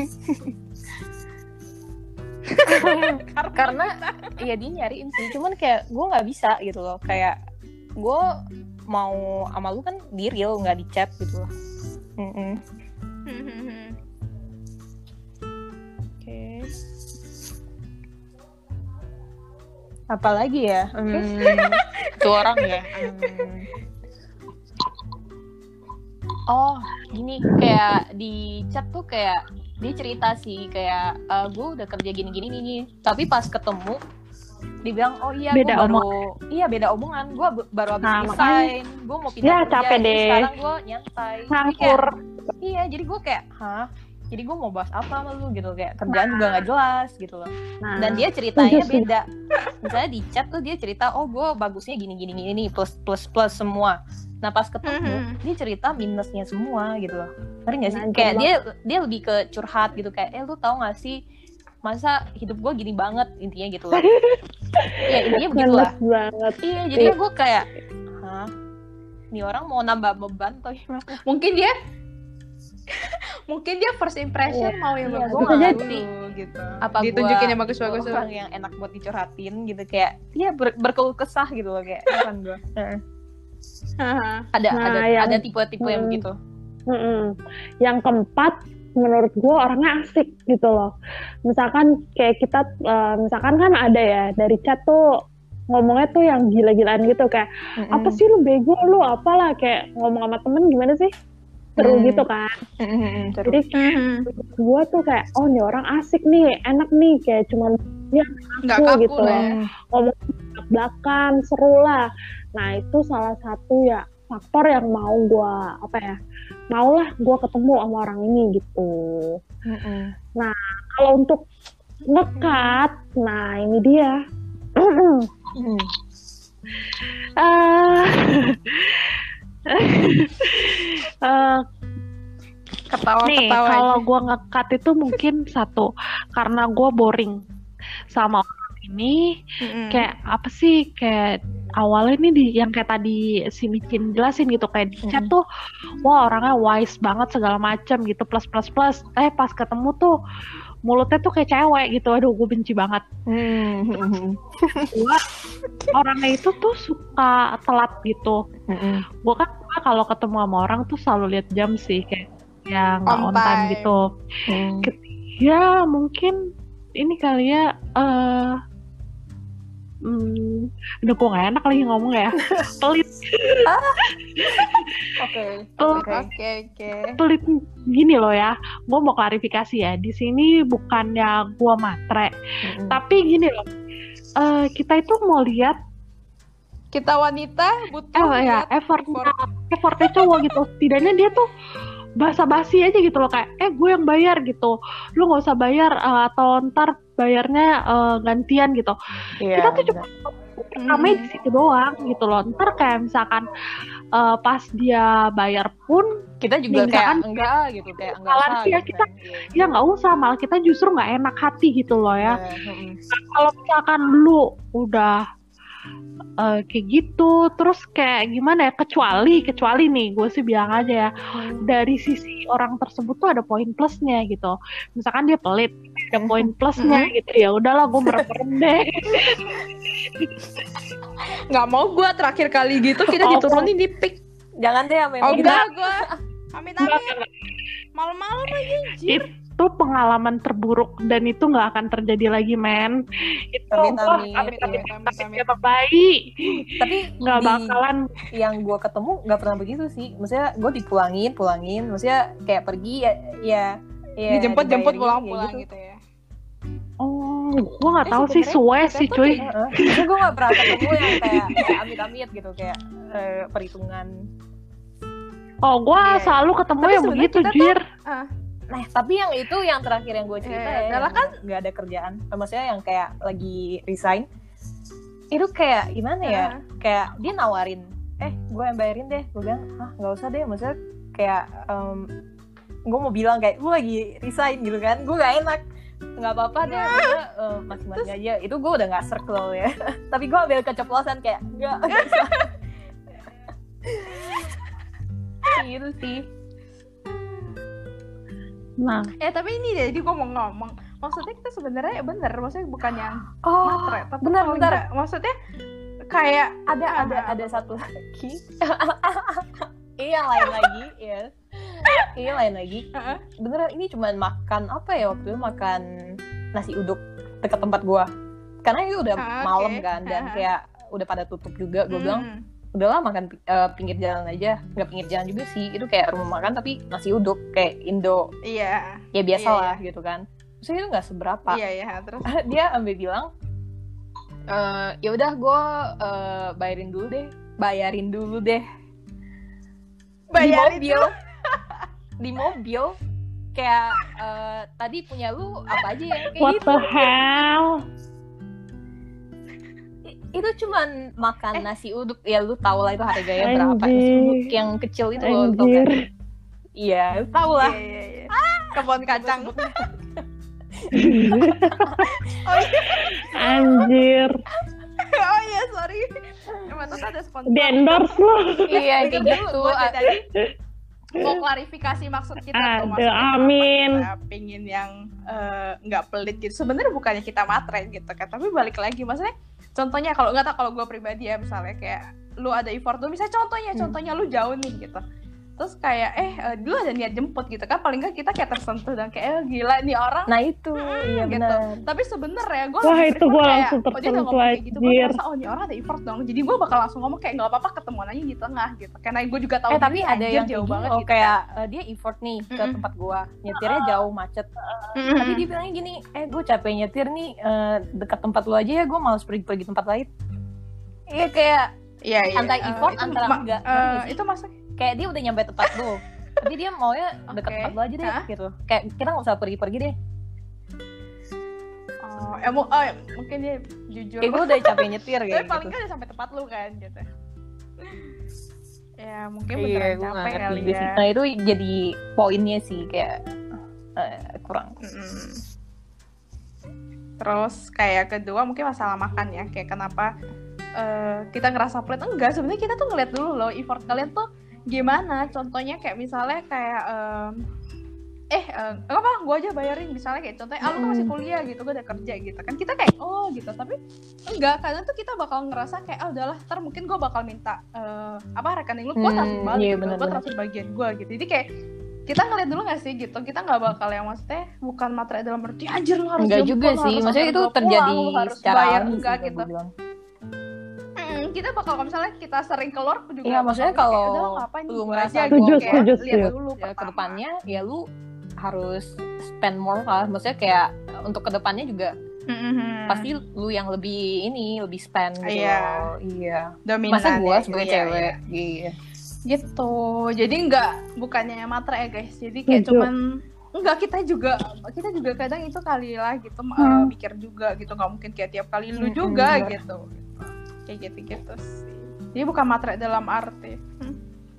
Karena ya dia nyariin sih, cuman kayak gue nggak bisa gitu loh. Kayak gue mau sama lu kan di real, nggak di chat gitu loh. Mm-mm. Oke. Apalagi ya? Hmm, itu orang ya. Hmm. Oh, gini kayak di chat tuh kayak dia cerita sih kayak uh, gue udah kerja gini-gini nih. Tapi pas ketemu dibilang oh iya gue Beda baru iya beda omongan, gue b- baru habis Nah, resign, gue mau pindah Ya, kerja, capek jadi deh. sekarang gue nyantai. Jadi Ngangkur. kayak, iya, jadi gue kayak hah? Jadi gue mau bahas apa sama lu gitu, kayak kerjaan juga nggak jelas gitu loh. Nah, Dan dia ceritanya setuju sih. beda. Misalnya di chat tuh dia cerita, oh gue bagusnya gini gini gini nih, plus plus plus semua. Nah pas ketemu Mhm. dia cerita minusnya semua gitu loh. Ngerti nggak sih? Nah, Kayak jelas. dia dia lebih ke curhat gitu, kayak eh lu tau nggak sih masa hidup gue gini banget, intinya gitu loh. Ya intinya begitu lah. Ngenes banget. Iya, jadi gue kayak hah? Ini orang mau nambah beban atau gimana? Mungkin dia mungkin dia first impression mau yang Iya, bagus gua nggak dulu, ngerti. gitu. Apa ditunjukin gua yang bagus-bagus dulu. orang yang enak buat dicurhatin gitu, kayak ya ber- berkeluh kesah gitu loh, kayak heran gue. Haha. ada Nah, ada yang- ada tipe-tipe yang Hmm. begitu. Mm-mm. Yang keempat, menurut gue orangnya asik gitu loh. Misalkan kayak kita, eh, misalkan kan ada ya dari chat tuh ngomongnya tuh yang gila-gilaan gitu, kayak apa sih lu bego lu apalah, kayak ngomong sama temen gimana sih, seru Hmm. gitu kan. Mm-mm, seru. Jadi Mhm. gue tuh kayak oh nih orang asik nih, enak nih, kayak cuman ya Nggak aku kaku gitu lah loh. ya. Ngomong belakang seru lah. Nah itu salah satu ya faktor yang mau gue apa ya, maulah gue ketemu sama orang ini gitu. Mm-mm. Kalau untuk ngekat, nah ini dia. Mm. Ah. Eh, Ketawa nih ketawa kalau aja. gue ngekat itu mungkin satu karena gue boring sama orang ini. Mhm. Kayak apa sih, kayak awalnya nih di yang kayak tadi si Micin jelasin gitu, kayak di chat Mm-mm. tuh wah orangnya wise banget segala macam gitu, plus plus plus, eh pas ketemu tuh mulutnya tuh kayak cewek gitu, aduh gue benci banget. Mm-mm. Gua orangnya itu tuh suka telat gitu. Mm-mm. Gue kan gua kalau ketemu sama orang tuh selalu lihat jam sih, kayak ya nggak On on time time. gitu. Hmm. Ya mungkin ini kali ya. eh hmm, Udah gue gak enak lagi ngomong ya. Pelit, Oke. pelit, Oke. Oke oke. pelit gini loh ya. Gue mau klarifikasi ya. Di sini bukannya gue matre, Mm-mm. tapi gini loh. eh kita itu mau lihat Kita wanita butuh eh ya lihat effortnya effort. effortnya cowok gitu. Setidaknya dia tuh basa-basi aja gitu loh, kayak eh gue yang bayar gitu, lu nggak usah bayar, eh, atau ntar bayarnya eh, gantian gitu. Iya, Kita tuh cuma benar. ramai di situ doang gitu loh. Ntar kayak misalkan eh, pas dia bayar pun Kita juga nih, kayak misalkan enggak gitu, kayak enggak kesalahan usah sih ya gitu kita, kan. Iya. ya nggak usah, malah kita justru nggak enak hati gitu loh ya. Iya, mm-mm. Kalau misalkan lu udah eh, kayak gitu, terus kayak gimana ya, kecuali kecuali nih gue sih bilang aja ya, dari sisi orang tersebut tuh ada poin plusnya gitu. Misalkan dia pelit, ada poin plusnya gitu, ya udahlah gue merem-merem deh. Nggak mau gue terakhir kali gitu kita Oh, diturunin di pick. Jangan deh Ame. Oh Enggak. enggak gue. Amit Enggak, amit. enggak. Malam-malam lagi anjir. Itu pengalaman terburuk dan itu nggak akan terjadi lagi, men. Itu Amit, wah, amit, amit, amit, amit, amit, amit, amit. ya baik, Tapi nggak di bakalan. yang gue ketemu nggak pernah begitu sih. Maksudnya gue dipulangin, pulangin. Maksudnya kayak pergi ya, ya, ya Dijemput-jemput dibayarin, pulang-pulang kayak gitu ya. Oh, gue nggak Eh, tahu sih, sebenarnya suwe kita sih tuh cuy. Heeh. Maksudnya gue nggak pernah ketemu yang kayak, kayak amit-amit gitu, kayak eh, perhitungan. Oh, gue Iya. selalu ketemu Tapi yang sebenarnya begitu, kita tuh- Jir. Ah, Nah, tapi yang itu yang terakhir yang gue cerita Eh, ya, adalah yang nggak ada kerjaan. Maksudnya yang kayak lagi resign. Itu kayak gimana ya? ah. Kayak dia nawarin, eh gue yang bayarin deh. Gue bilang, ah nggak usah deh. Maksudnya kayak um, gue mau bilang kayak gue lagi resign gitu kan. Gue gak enak. Nggak apa-apa deh. Maksudnya uh, masing-masing aja. Itu gue udah gak circle ya. Tapi gue ambil keceplosan kayak nggak. nggak usah. Gitu sih. Nah, Eh tapi ini deh, jadi gue mau ngomong. Maksudnya kita sebenarnya bener, maksudnya bukan yang Oh, matre, tapi benar, paling benar. nggak- maksudnya kayak ada ada Ah, ada satu lagi. Iya lain lagi, ya. Iya lain lagi. Heeh. Beneran ini cuman makan apa ya waktu itu, makan nasi uduk dekat tempat gua. Karena itu udah Ah, malam oke. kan, dan Ah. kayak udah pada tutup juga. Gua bilang Hmm. udahlah makan eh, pinggir jalan aja. Nggak pinggir jalan juga sih, itu kayak rumah makan tapi nasi uduk kayak Indo. Iya, Ya biasa Iya, lah gitu kan. Terus itu nggak seberapa. iya iya terus. Dia ambil bilang, "Eh, ya udah gue bayarin dulu deh, bayarin dulu deh Bayarin di mobil, di mobil kayak eh, tadi punya lu apa aja ya kayak what gitu." the hell? I- Itu cuman makan nasi uduk, ya lu tau lah itu harganya berapa. Anjir. Nasi uduk yang kecil itu lo tau kan? Anjir. Iya, lu tau lah. Iya iya iya. Kebun kacang. Anjir. Oh iya sorry. Emang tuh ada sponsor. Di endorse lu. Iya kayak Ingat gitu. dulu, gua tadi mau klarifikasi maksud kita tuh, Aduh, maksudnya kenapa amin. kita pingin yang eh, nggak pelit gitu. Sebenarnya bukannya kita matre gitu kan, tapi balik lagi maksudnya contohnya kalau nggak tahu, kalau gue pribadi ya misalnya kayak lu ada effort tuh, misalnya contohnya Hmm. contohnya lu jauh nih gitu, terus kayak eh eh, lu ada niat jemput gitu kan, paling nggak kita kayak tersentuh dan kayak eh, gila nih orang. Nah itu, iya gitu. benar. Tapi sebenarnya gue Wah, itu gua langsung oh, dia udah tersentuh, ngomong kayak gitu, gue anjir. ngerasa oh ini orang ada effort dong, jadi gue bakal langsung ngomong kayak nggak apa-apa ketemuan aja di tengah gitu, karena gue juga tahu Eh tapi dia ada anjir yang jauh kayak banget gini, oh, gitu kayak eh, dia effort nih ke Mm-mm. tempat gua, nyetirnya jauh macet. kan. Tapi dia bilangnya gini, eh gue capek nyetir nih, eh, dekat tempat lu aja ya, gue malas pergi-pergi tempat lain. Iya kayak Iya, iya. antara Eh, effort, itu antara ma- enggak. eh, Ngerti nggak sih? itu maksudnya Kayak dia udah nyampe tempat lu, tapi dia maunya dekat Oke. tempat lu aja deh Hah? gitu. Kayak kita nggak usah pergi-pergi deh. oh, eh, mu- oh, mungkin dia jujur. Kayak gue udah capek nyetir Tapi kayak paling gitu. nggak udah sampai tempat lu kan gitu. Ya mungkin Iya, beneran gue nggak capek ngerti kali juga sih. ya. Nah itu jadi poinnya sih kayak eh, kurang. Mm-mm. Terus kayak kedua mungkin masalah makan ya, kayak kenapa eh, kita ngerasa pelit. Enggak, sebenarnya kita tuh ngeliat dulu loh effort kalian tuh gimana. Contohnya kayak misalnya kayak em, eh eh, nggak apa, gue aja bayarin misalnya kayak contohnya ah lu kan masih kuliah gitu, gue udah kerja gitu kan, kita kayak oh gitu. Tapi enggak, kadang tuh kita bakal ngerasa kayak ah udahlah, ntar mungkin gue bakal minta eh, apa rekening lu, gue Hmm, transfer balik iya, gitu, gue benar-benar. transfer bagian gue gitu. Jadi kayak kita ngeliat dulu gak sih gitu, kita nggak bakal yang maksudnya bukan materi dalam arti anjir lu harus enggak jemput, juga lu sih, harus maksudnya antar itu gua terjadi pulang, lu harus secara bayar, alami enggak sih, gitu. gue bilang. Mm, kita bakal kalau misalnya kita sering keluar juga Iya, maksudnya bakal kayak, kalau "Udah, ngapain lu gua ngerasa aja," gua gitu, Setuju, kayak, setuju, lihat setuju. dulu ya pertama. kedepannya ya lu harus spend more lah, maksudnya kayak untuk kedepannya juga Mm-hmm. pasti lu yang lebih ini lebih spend gitu Iya. loh. Iya. Dominan Masa gue ya, sebagai iya, cewek, iya. iya. Gitu, jadi nggak bukannya matre ya guys, jadi kayak Setuju. cuman enggak, kita juga kita juga kadang itu kali lah gitu, Hmm. uh, mikir juga gitu, nggak mungkin kayak tiap kali lu Mm-mm, juga bener. gitu, kayak gitu gitu sih. Jadi bukan matre dalam arti. Hmm.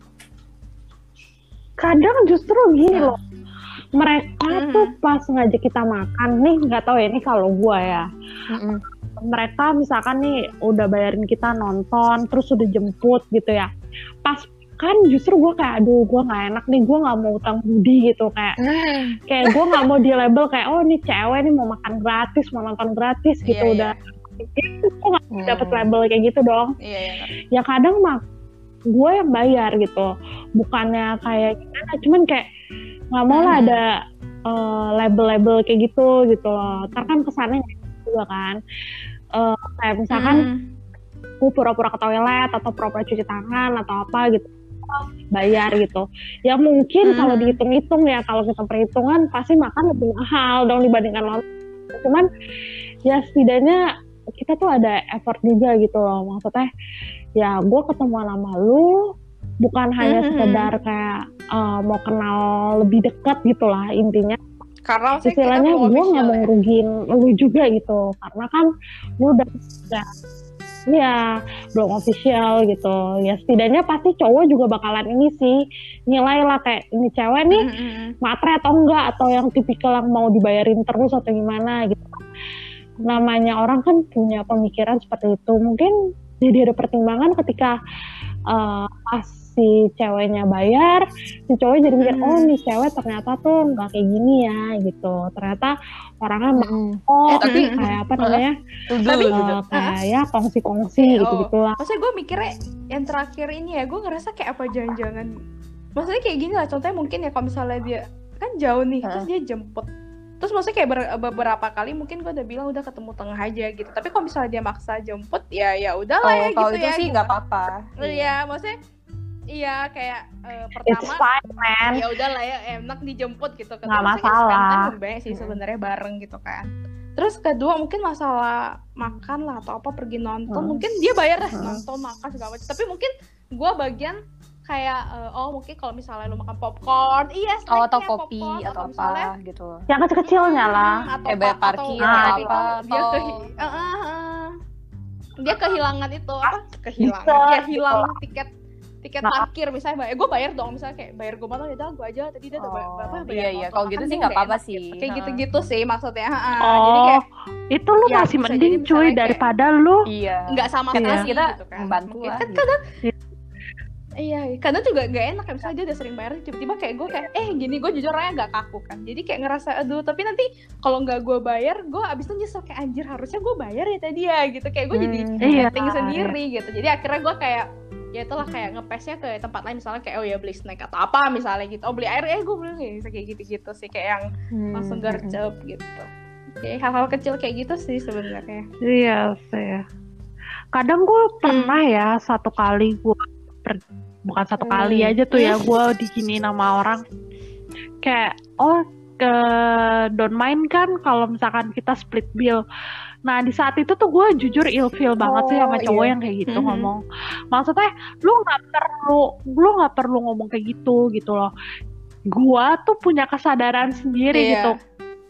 Kadang justru gini Nah. loh, mereka Mhm. tuh pas ngajak kita makan nih, nggak tahu ya ini kalau gua ya, Mm-mm. mereka misalkan nih udah bayarin kita nonton terus udah jemput gitu ya, pas kan justru gue kayak aduh gue nggak enak nih, gue nggak mau utang budi gitu, kayak kayak gue nggak mau di label kayak oh ini cewek nih mau makan gratis, mau nonton gratis gitu. Iya, Udah itu gue nggak Hmm. dapet label kayak gitu dong. Iya, iya, ngerti. Ya kadang mah gue yang bayar gitu, bukannya kayak gimana, cuman kayak nggak mau lah Mhm. ada eh, label-label kayak gitu gitu loh, ntar kan kesannya nggak enak juga kan. Eh, kayak misalkan Mhm. gue pura-pura ke toilet atau pura-pura cuci tangan atau apa gitu bayar gitu. Ya mungkin Hmm. kalau dihitung-hitung ya, kalau kita perhitungan pasti makan lebih mahal dong dibandingkan nonton. Cuman ya setidaknya kita tuh ada effort juga gitu loh. Maksudnya ya gue ketemu sama lu bukan hanya Hmm. sekedar kayak eh, mau kenal lebih dekat gitu lah intinya. Karena maksudnya kita Istilahnya belum gue nggak official mau ya. ngerugiin lu juga gitu, karena kan lu udah ya, ya belum official gitu. Ya setidaknya pasti cowok juga bakalan ini sih nilai lah kayak ini cewek nih Mhm. matre atau enggak, atau yang tipikal yang mau dibayarin terus atau gimana gitu. Namanya orang kan punya pemikiran seperti itu, mungkin jadi ada pertimbangan ketika uh, pas si ceweknya bayar, si cowok jadi mikir Hmm. oh nih cewek ternyata tuh nggak kayak gini ya gitu, ternyata orangnya Mm-mm. mau Eh, tapi- kayak apa namanya Tuh, Tapi- tuh, tuh. uh, kayak ya kongsi-kongsi Eh, gitu oh. gitulah. Maksudnya gue mikirnya yang terakhir ini ya, gue ngerasa kayak apa jangan-jangan, maksudnya kayak gini lah, contohnya mungkin ya kalau misalnya dia kan jauh nih, terus dia jemput, terus maksudnya kayak ber- beberapa kali mungkin gue udah bilang udah ketemu tengah aja gitu, tapi kalau misalnya dia maksa jemput ya ya udahlah ya Oh, kalau gitu itu ya sih gitu. nggak apa-apa. Iya, maksudnya iya kayak eh, It's pertama fine man. ya udahlah ya enak dijemput gitu kan, Nggak maksudnya kayak masalah. spend time lebih banyak sih Hmm. sebenarnya bareng gitu kan. Terus kedua mungkin masalah makan lah atau apa, pergi nonton, Hmm. mungkin dia bayar dah Hmm. nonton makan segala macam, tapi mungkin gue bagian kayak eh, oh mungkin kalau misalnya lu makan popcorn iya Oh, atau snacknya kopi popcorn, atau misalnya, apa gitu. Yang kecil-kecilnya lah. hmm, atau Kayak bayar pa- parkir atau atau itu apa, dia atau- kehi- eh, eh, eh. dia kehilangan itu apa kehilangan Bisa, dia hilang gitu. tiket tiket Nah. parkir misalnya, bayar gue bayar dong misalnya kayak bayar gue mana ya gue aja tadi dia udah bayar berapa Oh, bayar iya, iya. nonton. Kalau Kan gitu dia sih nggak apa-apa enak sih. gitu. Kayak Ha. gitu-gitu sih maksudnya. ha, ha. Oh, Jadi kayak itu lu ya, masih bisa mending jadi cuy misalnya kayak- daripada lu Iya. nggak sama Iya. sekali Kita gitu kan. membantu Mungkin lah, kan gitu. kadang iya, kadang juga nggak enak kayak misalnya dia udah sering bayar tiba-tiba kayak gue kayak eh gini, gue jujur orangnya nggak kaku kan, jadi kayak ngerasa aduh, tapi nanti kalau nggak gue bayar gue abis itu nyesel kayak anjir harusnya gue bayar ya tadi ya gitu, kayak gue jadi Hmm, iya. setting sendiri gitu. Jadi akhirnya gue kayak ya itulah kayak ngepesnya ke tempat lain, misalnya kayak oh ya beli snack atau apa misalnya gitu, oh beli air eh gue beli nih, kayak gitu-gitu sih, kayak yang Hmm, langsung hmm, hmm. gercep gitu. Kayak hal-hal kecil kayak gitu sih sebenarnya. Iya sih. Kadang gue pernah ya satu kali gue per- bukan satu Hmm. kali aja tuh ya gue diginiin sama orang kayak oh ke don't mind kan kalau misalkan kita split bill. Nah di saat itu tuh gue jujur ilfeel banget sih sama Oh, cowok iya. yang kayak gitu Mhm. ngomong. Maksudnya lu nggak perlu lu nggak perlu ngomong kayak gitu gitu loh. Gue tuh punya kesadaran sendiri Iya. gitu.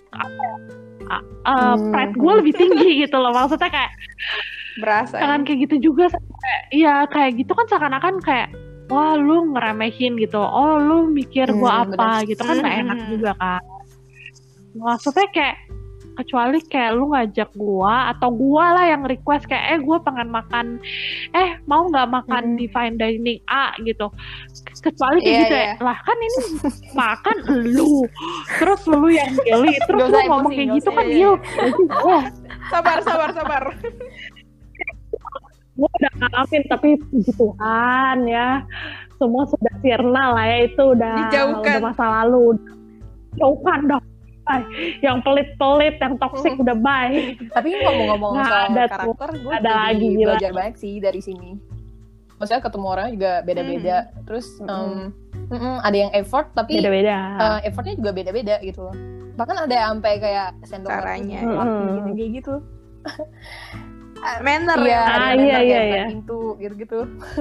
Uh, Hmm. pride gue lebih tinggi gitu loh, maksudnya kayak Berasa. jangan kayak gitu juga. Kayak, iya kayak gitu kan seakan-akan kayak wah lu ngeremehin gitu, oh lu mikir gue Hmm, apa gitu kan nggak Hmm. enak juga kan. Maksudnya kayak kecuali kayak lu ngajak gue atau gue lah yang request kayak eh gue pengen makan, eh mau nggak makan Hmm. di fine dining A gitu, kecuali kayak Iya, gitu iya. ya lah kan ini makan lu terus lu yang pilih terus Nggak lu usah ngomong emosi, kayak nggak gitu usah, kan iya, il iya. Sabar, sabar, sabar. gue udah ngalamin, tapi puji Tuhan ya semua sudah sirna lah ya, itu udah Dijauhkan. udah masa lalu. Jauhkan dong. Bye. Yang pelit-pelit, yang toksik udah bye. Tapi ngomong-ngomong Nggak soal ada tuh. karakter, gue Ada jadi lagi, gila. belajar banyak sih dari sini. Maksudnya ketemu orang juga beda-beda. Terus um, mm-mm, ada yang effort, tapi Beda-beda. uh, effortnya juga beda-beda gitu loh. Bahkan ada yang sampai kayak sendok Caranya. gitu kayak gitu. Manner Iya, ya. ada Ah, yang iya, kayak iya, buka iya. pintu gitu-gitu.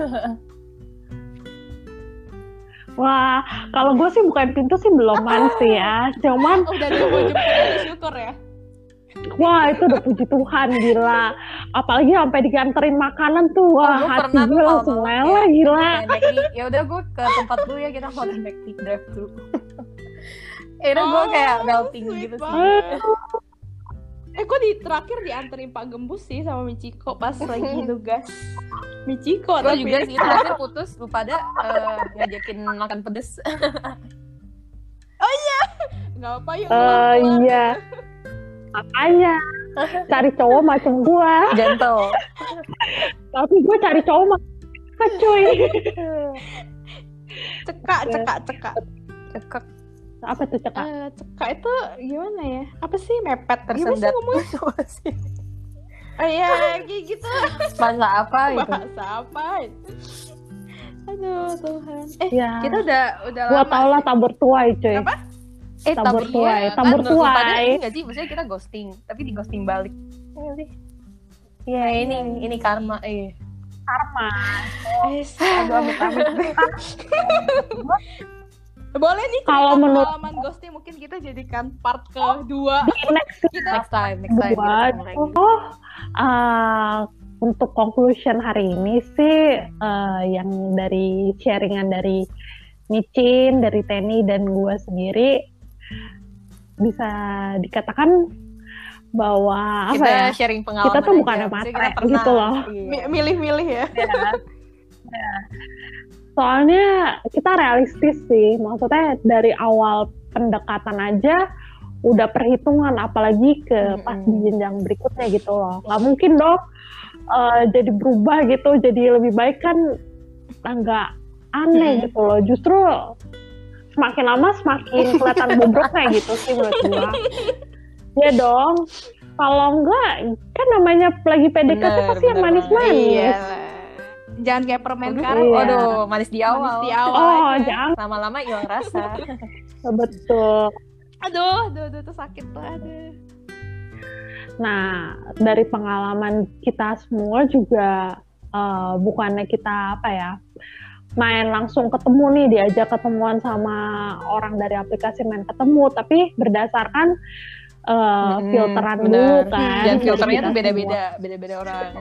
Wah, kalau gue sih bukain pintu sih belum sih ya. Cuman, Udah ada yang mau jemput, udah syukur ya. wah itu udah puji Tuhan gila. Apalagi sampai diganterin makanan tuh, wah Oh, gue hati pernah gue tuh langsung kalau leleh gila. Ya udah gue ke tempat dulu ya, kita mau McD drive thru. Ya udah gue Oh, kayak melting sweet gitu sih. banget. Eh, gue di terakhir dianterin Pak Gembus sih sama Michiko pas lagi nugas. Michiko Gue tapi juga sih terakhir putus, lu pada uh, ngajakin makan pedes. nggak apa yuk. Eh pulang-pulang. iya. Makanya cari cowok macam gue. Gentle. Tapi gue cari cowok macam apa cuy? Cekak, cekak, cekak. Cekak Apa tuh cekak? Eh, cekak itu gimana ya? Apa sih mepet? Gimana sih tersendat. ngomongnya? Apa sih? Oh iya, kayak gitu. Masa apa gitu? Bahasa apa itu? Aduh Tuhan. Eh, Ya. kita udah udah Gua lama tau lah sih. tabur tuai cuy. Apa? Eh, Tabur tuai, kan, tabur menurut lu pada tuai. ini nggak sih? Maksudnya kita ghosting, tapi di ghosting balik. Iya nggak sih? Iya, ini ini karma. Eh, Karma. Eh, aduh amit-amit. boleh nih Kalau cerita menurut- pengalaman ghosting, mungkin kita jadikan part kedua. Next Kita Next time, next time. kita buat ketemu lagi. oh uh, untuk conclusion hari ini sih uh, yang dari sharingan dari Micin, dari Teni dan gue sendiri bisa dikatakan bahwa apa Kita ya? sharing pengalaman Kita tuh aja. bukannya Maksudnya matre kita pernah. gitu loh. Iya. Mi- milih-milih ya. Soalnya kita realistis sih, maksudnya dari awal pendekatan aja udah perhitungan, apalagi ke Mm-mm. pas di jenjang berikutnya gitu loh. Nggak mungkin dong uh, jadi berubah gitu, jadi lebih baik kan nggak aneh Mm-mm. gitu loh. Justru semakin lama semakin kelihatan bobroknya gitu sih menurut gua. Ya dong. Kalau enggak, kan namanya lagi P D K T Bener, pasti yang bener manis-manis. Iya lah. Jangan kayak permen Aduh, karet. Iya. Waduh, manis di awal. Manis di awal Oh, aja. jangan. Lama-lama hilang rasa. Betul. Aduh, aduh, aduh, itu sakit tuh, aduh. Nah, dari pengalaman kita semua juga uh, bukannya kita apa ya, main langsung ketemu nih, diajak ketemuan sama orang dari aplikasi main ketemu, tapi berdasarkan uh, Hmm, filteran bener. dulu kan. Dan dari filternya kita tuh beda-beda, semua. beda-beda orang.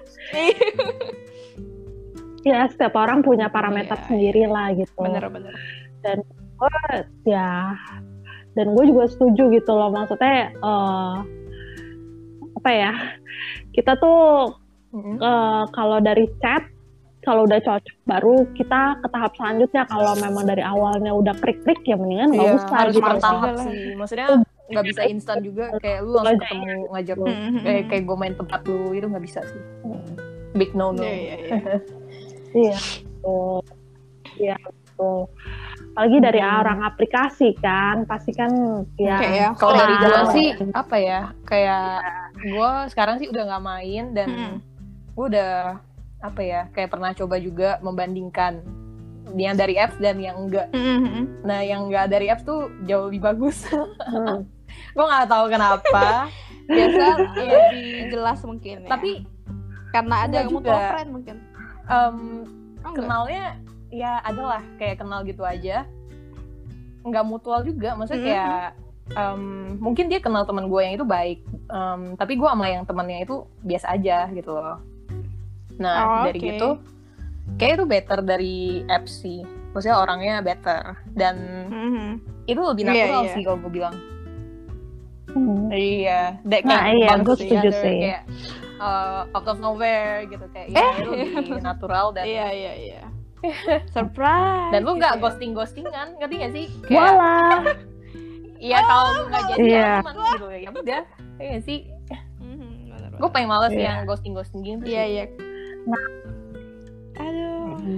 Ya, setiap orang punya parameter Iya, sendiri lah gitu. Bener-bener. Dan gue ya, dan gue juga setuju gitu loh, maksudnya uh, apa ya, kita tuh Mm-mm. Uh, kalau dari chat, kalau udah cocok baru kita ke tahap selanjutnya. Kalau memang dari awalnya udah krik-krik ya mendingan nggak Iya, usah harus gitu. bertahap Lah. sih. Maksudnya nggak bisa instan juga. Kayak lu langsung ketemu ngajak lu. Mhm. Kayak kayak gue main tempat lu itu nggak bisa sih. Big no no. Iya, iya, iya. Iya, betul. Iya, betul. Apalagi dari Hmm. orang aplikasi kan, pasti kan ya. Kayak ya, Kalau dari gue Nah, sih apa ya? Kayak gue sekarang sih udah nggak main dan Mm. gue udah apa ya? Kayak pernah coba juga membandingkan yang dari apps dan yang enggak. Mhm. Nah, yang enggak dari apps tuh jauh lebih bagus. Hmm. Gue nggak tahu kenapa. Biasa ya, Lebih jelas mungkin ya. tapi karena ada enggak yang juga. mutual friend mungkin. em, Oh, enggak? kenalnya ya adalah kayak kenal gitu aja, nggak mutual juga. Maksudnya Mhm. kayak em, mungkin dia kenal teman gue yang itu baik, em, tapi gue sama yang temannya itu biasa aja gitu loh. Nah Oh, dari oke. gitu kayak itu better dari apps sih. Maksudnya orangnya better dan Mhm. itu lebih Iya, natural iya. sih kalau gue bilang. Hmm. Iya, Dek, Nah, kayak iya, bagus gue sih, setuju ada sih. kayak uh, out of nowhere gitu kayak ya, itu lebih natural dan Iya, iya, iya. Surprise. dan lu nggak gitu ya. ghosting ghostingan, ngerti nggak sih? Walah. Iya kalau lu nggak jadi Iya. ya aman gitu ya udah, iya nggak sih? Mhm, bener-bener. Gue paling males Iya. yang ghosting ghosting gitu. Iya, sih. iya. Aduh.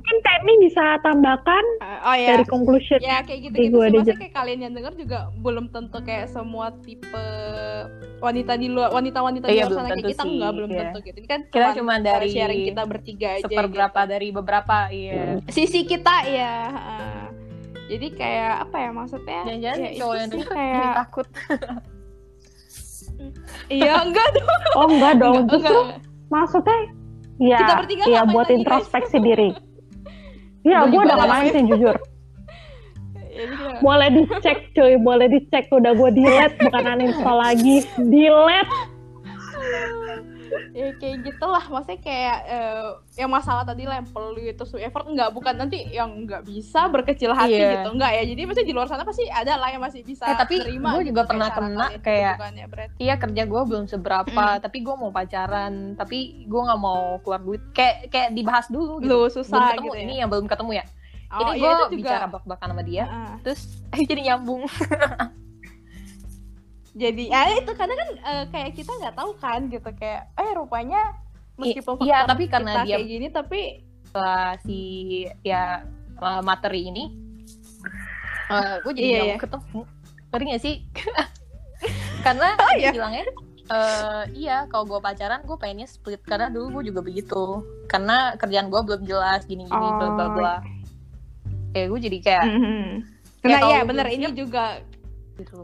mungkin Temi bisa tambahkan Uh, oh ya. dari conclusion. Ya kayak Di gitu-gitu gua sih. ada Maksudnya kayak kalian yang denger juga belum tentu kayak semua tipe wanita di luar wanita-wanita di Iya, luar belum sana kayak tentu kita sih, enggak belum iya. tentu gitu. Ini kan Kita cuman, cuma uh, dari sharing kita bertiga aja seperberapa gitu. dari beberapa, iya. Sisi kita ya. uh, Jadi kayak apa ya maksudnya? Jangan-jangan ya, itu cowok yang sih denger kayak takut. iya enggak dong. Oh enggak dong, Enggak, justru enggak. maksudnya ya, Kita bertiga ya ngapain buat lagi, introspeksi diri. Ya, Gua gue juga udah ngapain. ngapain sih jujur. Ya, gitu. Boleh dicek cuy, boleh dicek. Udah gue delete, bukan uninstall lagi. Delete. Ya kayak gitulah, maksudnya kayak eh, yang masalah tadi lah yang perlu itu su effort enggak, bukan nanti yang nggak bisa berkecil hati Iya. gitu enggak ya. Jadi maksudnya di luar sana pasti ada lah yang masih bisa Eh, tapi terima. gue gitu, juga kayak pernah saran kena kalian gitu, kayak- bukannya berarti. Iya, kerja gue belum seberapa, Mm. tapi gue mau pacaran, tapi gue nggak mau keluar duit. Kayak kayak dibahas dulu gitu. Lu Belum susah ketemu, gitu ya. ini yang belum ketemu ya. Oh, ini iya, gue itu juga. bicara bak-bakan sama dia, Heeh. terus jadi nyambung. Jadi ya itu kadang kan eh, kayak kita nggak tahu kan gitu kayak eh rupanya meskipun iya, faktor tapi karena kita dia- kayak gini tapi Setelah si ya uh, materi ini, uh, gue jadi Iya, nyambung ketemu. Ngerti gak sih? Karena Oh, dia iya. bilangnya, uh, iya kalau gue pacaran gue pengennya split, karena dulu gue juga begitu. Karena kerjaan gue belum jelas gini-gini Oh. bla bla bla. Kayak gue jadi kayak Mhm. Ya, Nah kalau iya belum bener ini siap- juga gitu.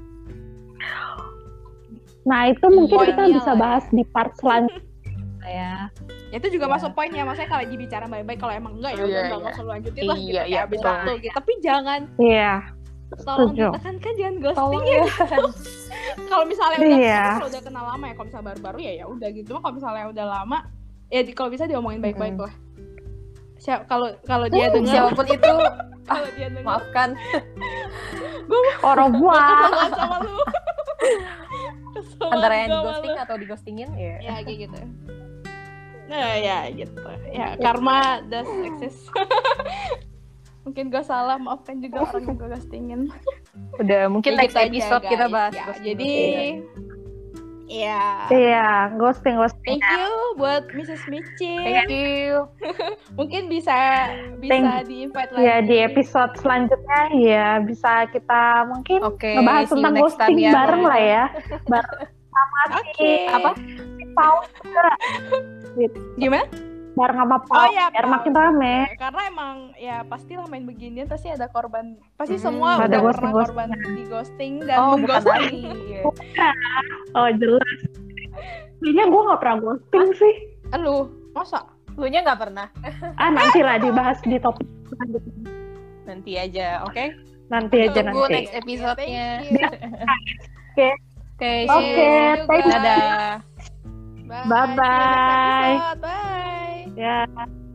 Nah itu mungkin Poinnya kita bisa lah ya. bahas di part selanjutnya ya. itu juga Iya. masuk poinnya, maksudnya kalau dibicara baik-baik, kalau emang enggak ya Iya, udah iya. enggak usah lu lanjutin lah gitu Iya, kayak iya, habis betul. waktu gitu. Tapi jangan Iya. tolong Setuju. ditekankan, jangan ghosting Tolong ya. ya. Kalau misalnya udah Iya. kalau udah kenal lama ya, kalau misalnya baru-baru ya ya udah gitu. Cuma kalau misalnya udah lama ya di, kalau bisa diomongin baik-baik Mm-mm. lah. Siap kalau kalau dia dengar Siapapun itu, kalau dia dengar maafkan. Au revoir. kesel banget sama lu. Kesel Antara banget yang sama di ghosting lu. atau di ghostingin ya. Ya kayak gitu. Nah ya gitu. Ya karma does exist. Mungkin gue salah, maafkan juga orang yang gue ghostingin. Udah, mungkin Ya next gitu aja, episode guys. kita bahas Ya, ghosting. jadi ya Iya, ghosting ghosting. thank you buat missus Michi. Thank you. Mungkin bisa bisa di-invite lagi. Ya di episode selanjutnya ya bisa kita mungkin Oke, ngebahas see you tentang next time ghosting ya. bareng lah ya. Bareng sama Oke. si Apa? si Pau juga. Gimana? Bareng sama Pau. Oh ya, biar Pau. makin rame. Karena emang ya pastilah main beginian pasti ada korban. Pasti Hmm, semua ada udah ghosting, pernah korban di ghosting dan Oh, bukan mengghosting. lagi. Oh jelas. Kayaknya gue gak pernah ghosting sih. Lu, masa? Lu nya nggak pernah. Ah nanti lah dibahas di topik selanjutnya. Nanti aja, oke? Nanti aja Tunggu nanti. next episode-nya. Thank you. Oke. Oke, see Oke, you. thank you. Dadah. Bye. Bye-bye. See you next episode. Bye. Ya.